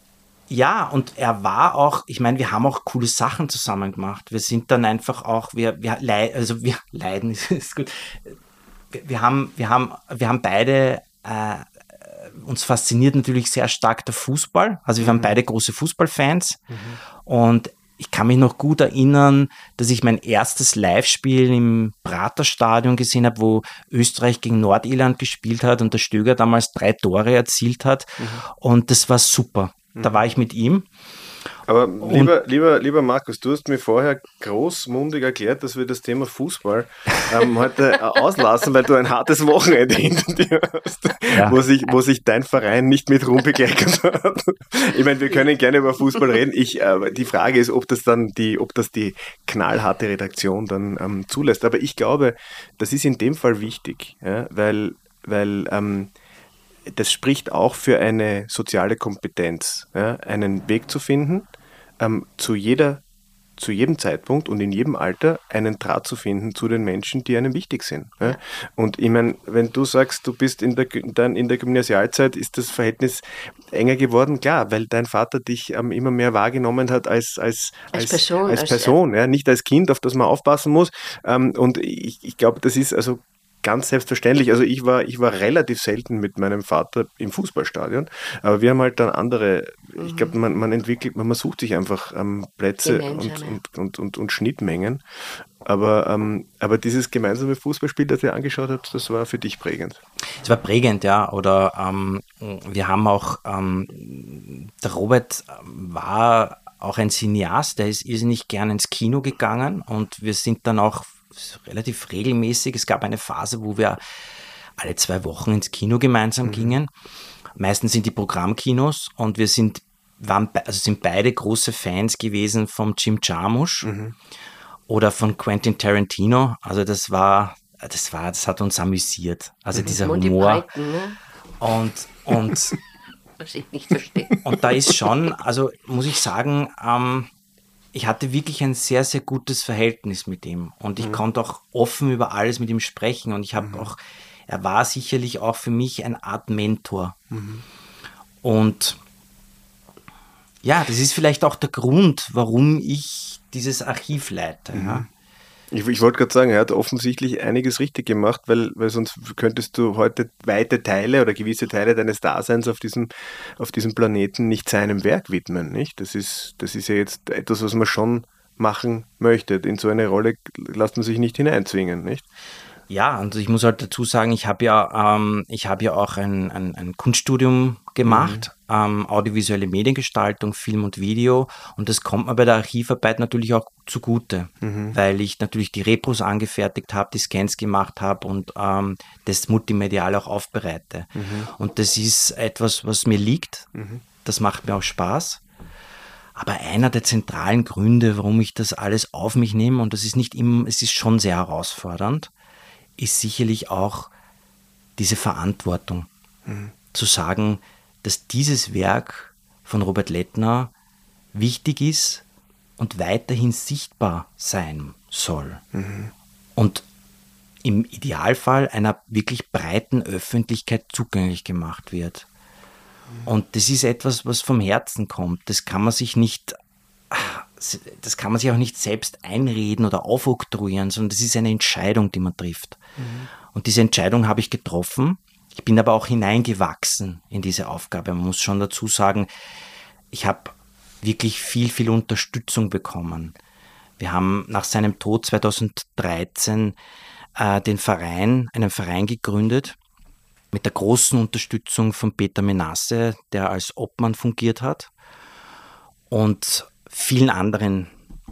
ja, und er war auch, ich meine, wir haben auch coole Sachen zusammen gemacht. Wir sind dann einfach auch, wir, wir, leid, also wir leiden, ist gut. Wir, wir, haben, wir, haben, wir haben beide, äh, uns fasziniert natürlich sehr stark der Fußball. Also wir mhm. waren beide große Fußballfans. Mhm. Und ich kann mich noch gut erinnern, dass ich mein erstes Live-Spiel im Praterstadion gesehen habe, wo Österreich gegen Nordirland gespielt hat und der Stöger damals drei Tore erzielt hat. Mhm. Und das war super. Da war ich mit ihm. Aber lieber, lieber, lieber Markus, du hast mir vorher großmundig erklärt, dass wir das Thema Fußball ähm, heute auslassen, weil du ein hartes Wochenende hinter dir hast, ja. wo, sich, wo sich dein Verein nicht mit Ruhm bekleckert hat. Ich meine, wir können gerne über Fußball reden. Ich, äh, die Frage ist, ob das dann die, ob das die knallharte Redaktion dann ähm, zulässt. Aber ich glaube, das ist in dem Fall wichtig, ja, weil, weil ähm, das spricht auch für eine soziale Kompetenz, ja, einen Weg zu finden, ähm, zu jeder, zu jedem Zeitpunkt und in jedem Alter einen Draht zu finden zu den Menschen, die einem wichtig sind. Ja. Und ich meine, wenn du sagst, du bist in der, dann in der Gymnasialzeit, ist das Verhältnis enger geworden, klar, weil dein Vater dich ähm, immer mehr wahrgenommen hat als, als, als, als Person, als Person als, ja, nicht als Kind, auf das man aufpassen muss. Ähm, und ich, ich glaube, das ist also ganz selbstverständlich. Also ich war, ich war relativ selten mit meinem Vater im Fußballstadion, aber wir haben halt dann andere, mhm. ich glaube, man, man entwickelt, man, man sucht sich einfach ähm, Plätze und, und, und, und, und Schnittmengen. Aber, ähm, aber dieses gemeinsame Fußballspiel, das ihr angeschaut habt, das war für dich prägend. Es war prägend, ja. Oder ähm, wir haben auch, ähm, der Robert war auch ein Cineast, der ist irrsinnig gerne ins Kino gegangen und wir sind dann auch relativ regelmäßig. Es gab eine Phase, wo wir alle zwei Wochen ins Kino gemeinsam mhm. gingen. Meistens sind die Programmkinos und wir sind, waren, also sind beide große Fans gewesen vom Jim Jarmusch mhm. oder von Quentin Tarantino. Also das war, das war, das hat uns amüsiert. Also mhm. dieser Monty Humor. Python, ne? Und, und was ich nicht verstehe. Und da ist schon, also muss ich sagen, ähm, ich hatte wirklich ein sehr, sehr gutes Verhältnis mit ihm und ich mhm. konnte auch offen über alles mit ihm sprechen und ich habe mhm. auch, er war sicherlich auch für mich eine Art Mentor. Mhm. Und ja, das ist vielleicht auch der Grund, warum ich dieses Archiv leite. Mhm. Ja. Ich, ich wollte gerade sagen, er hat offensichtlich einiges richtig gemacht, weil, weil sonst könntest du heute weite Teile oder gewisse Teile deines Daseins auf diesem, auf diesem Planeten nicht seinem Werk widmen. Nicht? Das ist, das ist ja jetzt etwas, was man schon machen möchte. In so eine Rolle lässt man sich nicht hineinzwingen, nicht? Ja, und ich muss halt dazu sagen, ich habe ja, ähm, ich habe ja auch ein, ein, ein Kunststudium gemacht, mhm. ähm, audiovisuelle Mediengestaltung, Film und Video, und das kommt mir bei der Archivarbeit natürlich auch zugute, mhm. weil ich natürlich die Repros angefertigt habe, die Scans gemacht habe und ähm, das multimedial auch aufbereite. Mhm. Und das ist etwas, was mir liegt, mhm. das macht mir auch Spaß. Aber einer der zentralen Gründe, warum ich das alles auf mich nehme, und das ist nicht immer, es ist schon sehr herausfordernd, ist sicherlich auch diese Verantwortung, mhm. zu sagen, dass dieses Werk von Robert Lettner wichtig ist und weiterhin sichtbar sein soll. Mhm. Und im Idealfall einer wirklich breiten Öffentlichkeit zugänglich gemacht wird. Mhm. Und das ist etwas, was vom Herzen kommt. Das kann man sich nicht das kann man sich auch nicht selbst einreden oder aufoktroyieren, sondern das ist eine Entscheidung, die man trifft. Mhm. Und diese Entscheidung habe ich getroffen. Ich bin aber auch hineingewachsen in diese Aufgabe. Man muss schon dazu sagen, ich habe wirklich viel, viel Unterstützung bekommen. Wir haben nach seinem Tod zweitausenddreizehn äh, den Verein, einen Verein gegründet, mit der großen Unterstützung von Peter Menasse, der als Obmann fungiert hat, und vielen anderen.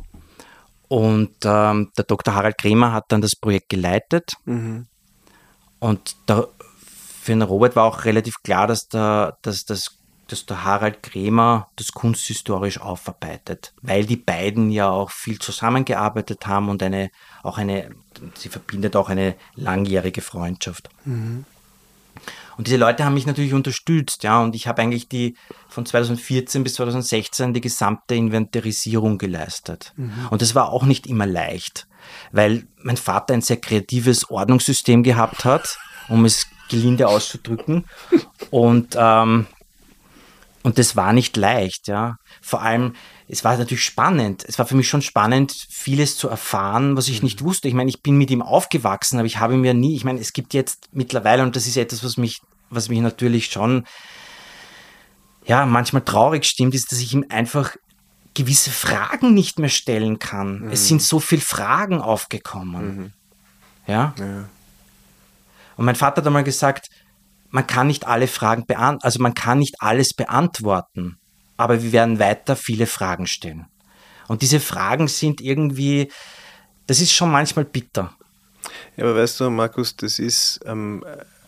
Und ähm, der Doktor Harald Kremer hat dann das Projekt geleitet. Mhm. Und der, für den Robert war auch relativ klar, dass der, dass, dass, dass der Harald Kremer das kunsthistorisch aufarbeitet, weil die beiden ja auch viel zusammengearbeitet haben und eine, auch eine, sie verbindet auch eine langjährige Freundschaft. Mhm. Und diese Leute haben mich natürlich unterstützt, ja, und ich habe eigentlich die von zweitausendvierzehn bis zweitausendsechzehn die gesamte Inventarisierung geleistet. Mhm. Und das war auch nicht immer leicht, weil mein Vater ein sehr kreatives Ordnungssystem gehabt hat, um es gelinde auszudrücken. Und, ähm, und das war nicht leicht, ja. Vor allem, es war natürlich spannend. Es war für mich schon spannend, vieles zu erfahren, was ich nicht wusste. Ich meine, ich bin mit ihm aufgewachsen, aber ich habe mir nie, ich meine, es gibt jetzt mittlerweile, und das ist etwas, was mich, was mich natürlich schon, ja, manchmal traurig stimmt, ist, dass ich ihm einfach gewisse Fragen nicht mehr stellen kann. Mhm. Es sind so viele Fragen aufgekommen. Mhm. Ja? ja. Und mein Vater hat einmal gesagt, man kann nicht alle Fragen beantworten, also man kann nicht alles beantworten, aber wir werden weiter viele Fragen stellen. Und diese Fragen sind irgendwie, das ist schon manchmal bitter. Ja, aber weißt du, Markus, das ist, ähm,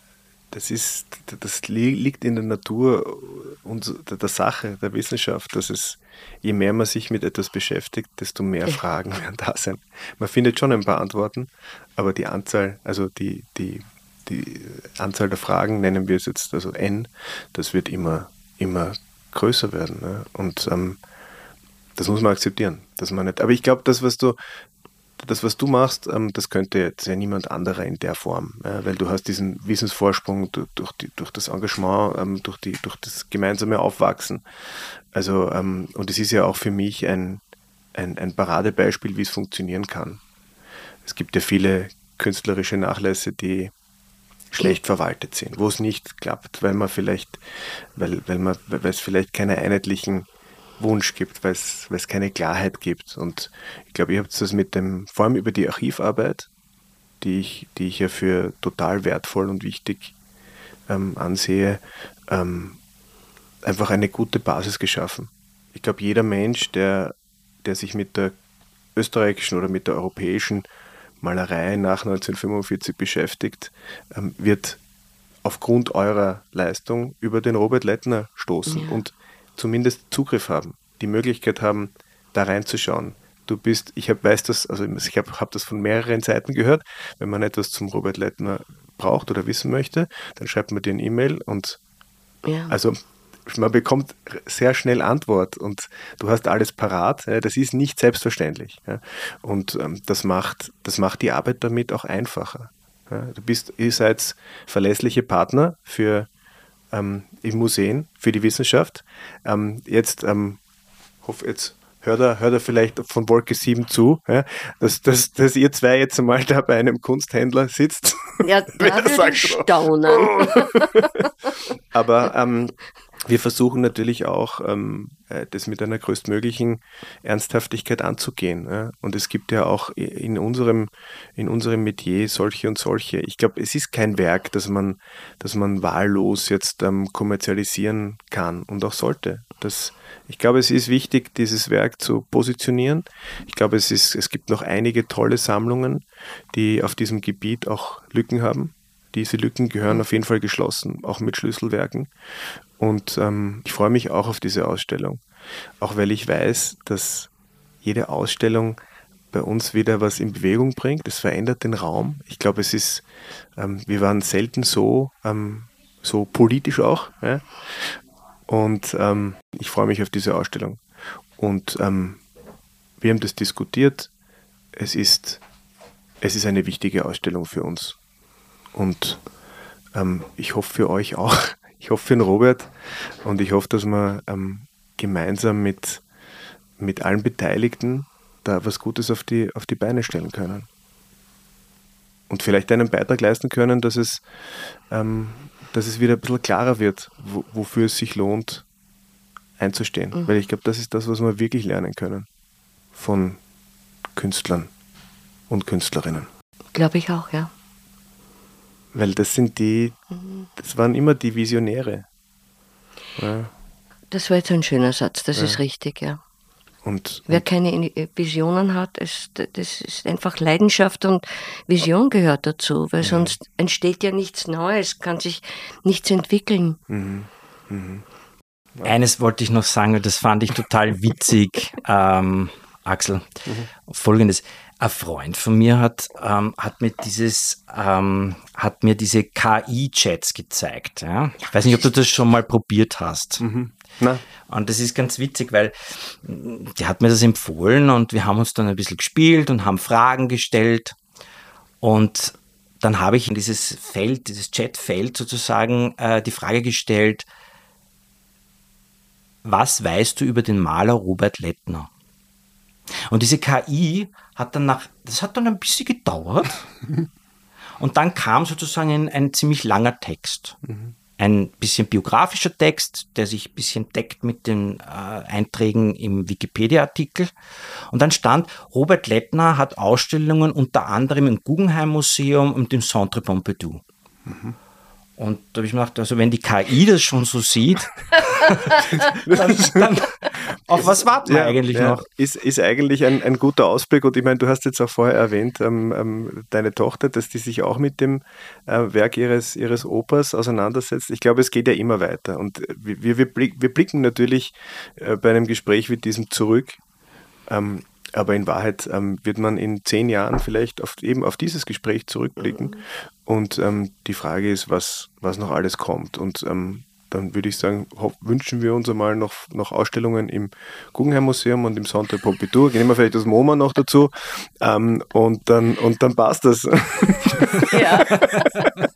das ist, das liegt in der Natur und der Sache, der Wissenschaft, dass es, je mehr man sich mit etwas beschäftigt, desto mehr Fragen werden da sein. Man findet schon ein paar Antworten, aber die Anzahl, also die, die, die Anzahl der Fragen, nennen wir es jetzt, also N, das wird immer, immer größer werden. Ne? Und ähm, das muss man akzeptieren, dass man nicht. Aber ich glaube, das, was du, das, was du machst, ähm, das könnte jetzt ja niemand anderer in der Form, äh, weil du hast diesen Wissensvorsprung durch, durch, die, durch das Engagement, ähm, durch, die, durch das gemeinsame Aufwachsen. Also, ähm, und es ist ja auch für mich ein, ein, ein Paradebeispiel, wie es funktionieren kann. Es gibt ja viele künstlerische Nachlässe, die schlecht verwaltet sind, wo es nicht klappt, weil man vielleicht, weil, weil man, weil es vielleicht keine einheitlichen Wunsch gibt, weil es, weil es keine Klarheit gibt. Und ich glaube, ihr habt das mit dem, vor allem über die Archivarbeit, die ich, die ich ja für total wertvoll und wichtig ähm, ansehe, ähm, einfach eine gute Basis geschaffen. Ich glaube, jeder Mensch, der, der sich mit der österreichischen oder mit der europäischen Malerei nach neunzehnhundertfünfundvierzig beschäftigt, ähm, wird aufgrund eurer Leistung über den Robert Lettner stoßen ja. und zumindest Zugriff haben, die Möglichkeit haben, da reinzuschauen. Du bist, ich hab, weiß das, also ich habe hab das von mehreren Seiten gehört, wenn man etwas zum Robert Lettner braucht oder wissen möchte, dann schreibt man dir eine E-Mail und ja. also man bekommt sehr schnell Antwort und du hast alles parat. Das ist nicht selbstverständlich. Und das macht, das macht die Arbeit damit auch einfacher. Du bist, ihr seid verlässliche Partner für ähm, im Museen, für die Wissenschaft. Ähm, jetzt, ähm, hoffe jetzt, hört er, hört er vielleicht von Wolke sieben zu, ja, dass, dass, dass ihr zwei jetzt einmal da bei einem Kunsthändler sitzt. Ja, da würde ich staunen. Oh. Aber ähm, wir versuchen natürlich auch, ähm, das mit einer größtmöglichen Ernsthaftigkeit anzugehen. Ja? Und es gibt ja auch in unserem, in unserem Metier solche und solche. Ich glaube, es ist kein Werk, das man, das man wahllos jetzt ähm, kommerzialisieren kann und auch sollte. Das, ich glaube, es ist wichtig, dieses Werk zu positionieren. Ich glaube, es ist, es gibt noch einige tolle Sammlungen, die auf diesem Gebiet auch Lücken haben. Diese Lücken gehören auf jeden Fall geschlossen, auch mit Schlüsselwerken. Und ähm, ich freue mich auch auf diese Ausstellung, auch weil ich weiß, dass jede Ausstellung bei uns wieder was in Bewegung bringt. Es verändert den Raum. Ich glaube, es ist, ähm, wir waren selten so, ähm, so politisch auch. Ja? Und ähm, ich freue mich auf diese Ausstellung. Und ähm, wir haben das diskutiert. Es ist, es ist eine wichtige Ausstellung für uns. Und ähm, ich hoffe für euch auch. Ich hoffe für den Robert und ich hoffe, dass wir ähm, gemeinsam mit, mit allen Beteiligten da was Gutes auf die, auf die Beine stellen können. Und vielleicht einen Beitrag leisten können, dass es, ähm, dass es wieder ein bisschen klarer wird, wo, wofür es sich lohnt, einzustehen. Mhm. Weil ich glaube, das ist das, was wir wirklich lernen können von Künstlern und Künstlerinnen. Glaube ich auch, ja. Weil das sind die, das waren immer die Visionäre. Ja. Das war jetzt ein schöner Satz, das ja. ist richtig, ja. Und, Wer und keine Visionen hat, ist, das ist einfach Leidenschaft und Vision gehört dazu, weil ja. sonst entsteht ja nichts Neues, kann sich nichts entwickeln. Mhm. Mhm. Ja. Eines wollte ich noch sagen, das fand ich total witzig, ähm, Axel. Mhm. Folgendes. Ein Freund von mir hat, ähm, hat mir dieses, ähm, hat mir diese K I-Chats gezeigt. Ja? Ich weiß nicht, ob du das schon mal probiert hast. Mhm. Na. Und das ist ganz witzig, weil die hat mir das empfohlen und wir haben uns dann ein bisschen gespielt und haben Fragen gestellt. Und dann habe ich in dieses Feld, dieses Chatfeld sozusagen äh, die Frage gestellt, was weißt du über den Maler Robert Lettner? Und diese K I hat dann nach, das hat dann ein bisschen gedauert und dann kam sozusagen ein, ein ziemlich langer Text. Mhm. Ein bisschen biografischer Text, der sich ein bisschen deckt mit den äh, Einträgen im Wikipedia-Artikel. Und dann stand, Robert Lettner hat Ausstellungen unter anderem im Guggenheim-Museum und im Centre Pompidou. Mhm. Und da habe ich mir gedacht, also wenn die K I das schon so sieht, dann, dann auf was warten wir ja, eigentlich ja. noch? Ist, ist eigentlich ein, ein guter Ausblick. Und ich meine, du hast jetzt auch vorher erwähnt, ähm, ähm, deine Tochter, dass die sich auch mit dem äh, Werk ihres, ihres Opas auseinandersetzt. Ich glaube, es geht ja immer weiter. Und wir, wir, blick, wir blicken natürlich äh, bei einem Gespräch wie diesem zurück. Ähm, Aber in Wahrheit ähm, wird man in zehn Jahren vielleicht auf, eben auf dieses Gespräch zurückblicken. Mhm. Und ähm, die Frage ist, was, was noch alles kommt. Und ähm, dann würde ich sagen, hoff, wünschen wir uns einmal noch, noch Ausstellungen im Guggenheim-Museum und im Centre Pompidou. Nehmen wir vielleicht das MoMA noch dazu. Ähm, und, dann, und dann passt das. Ja.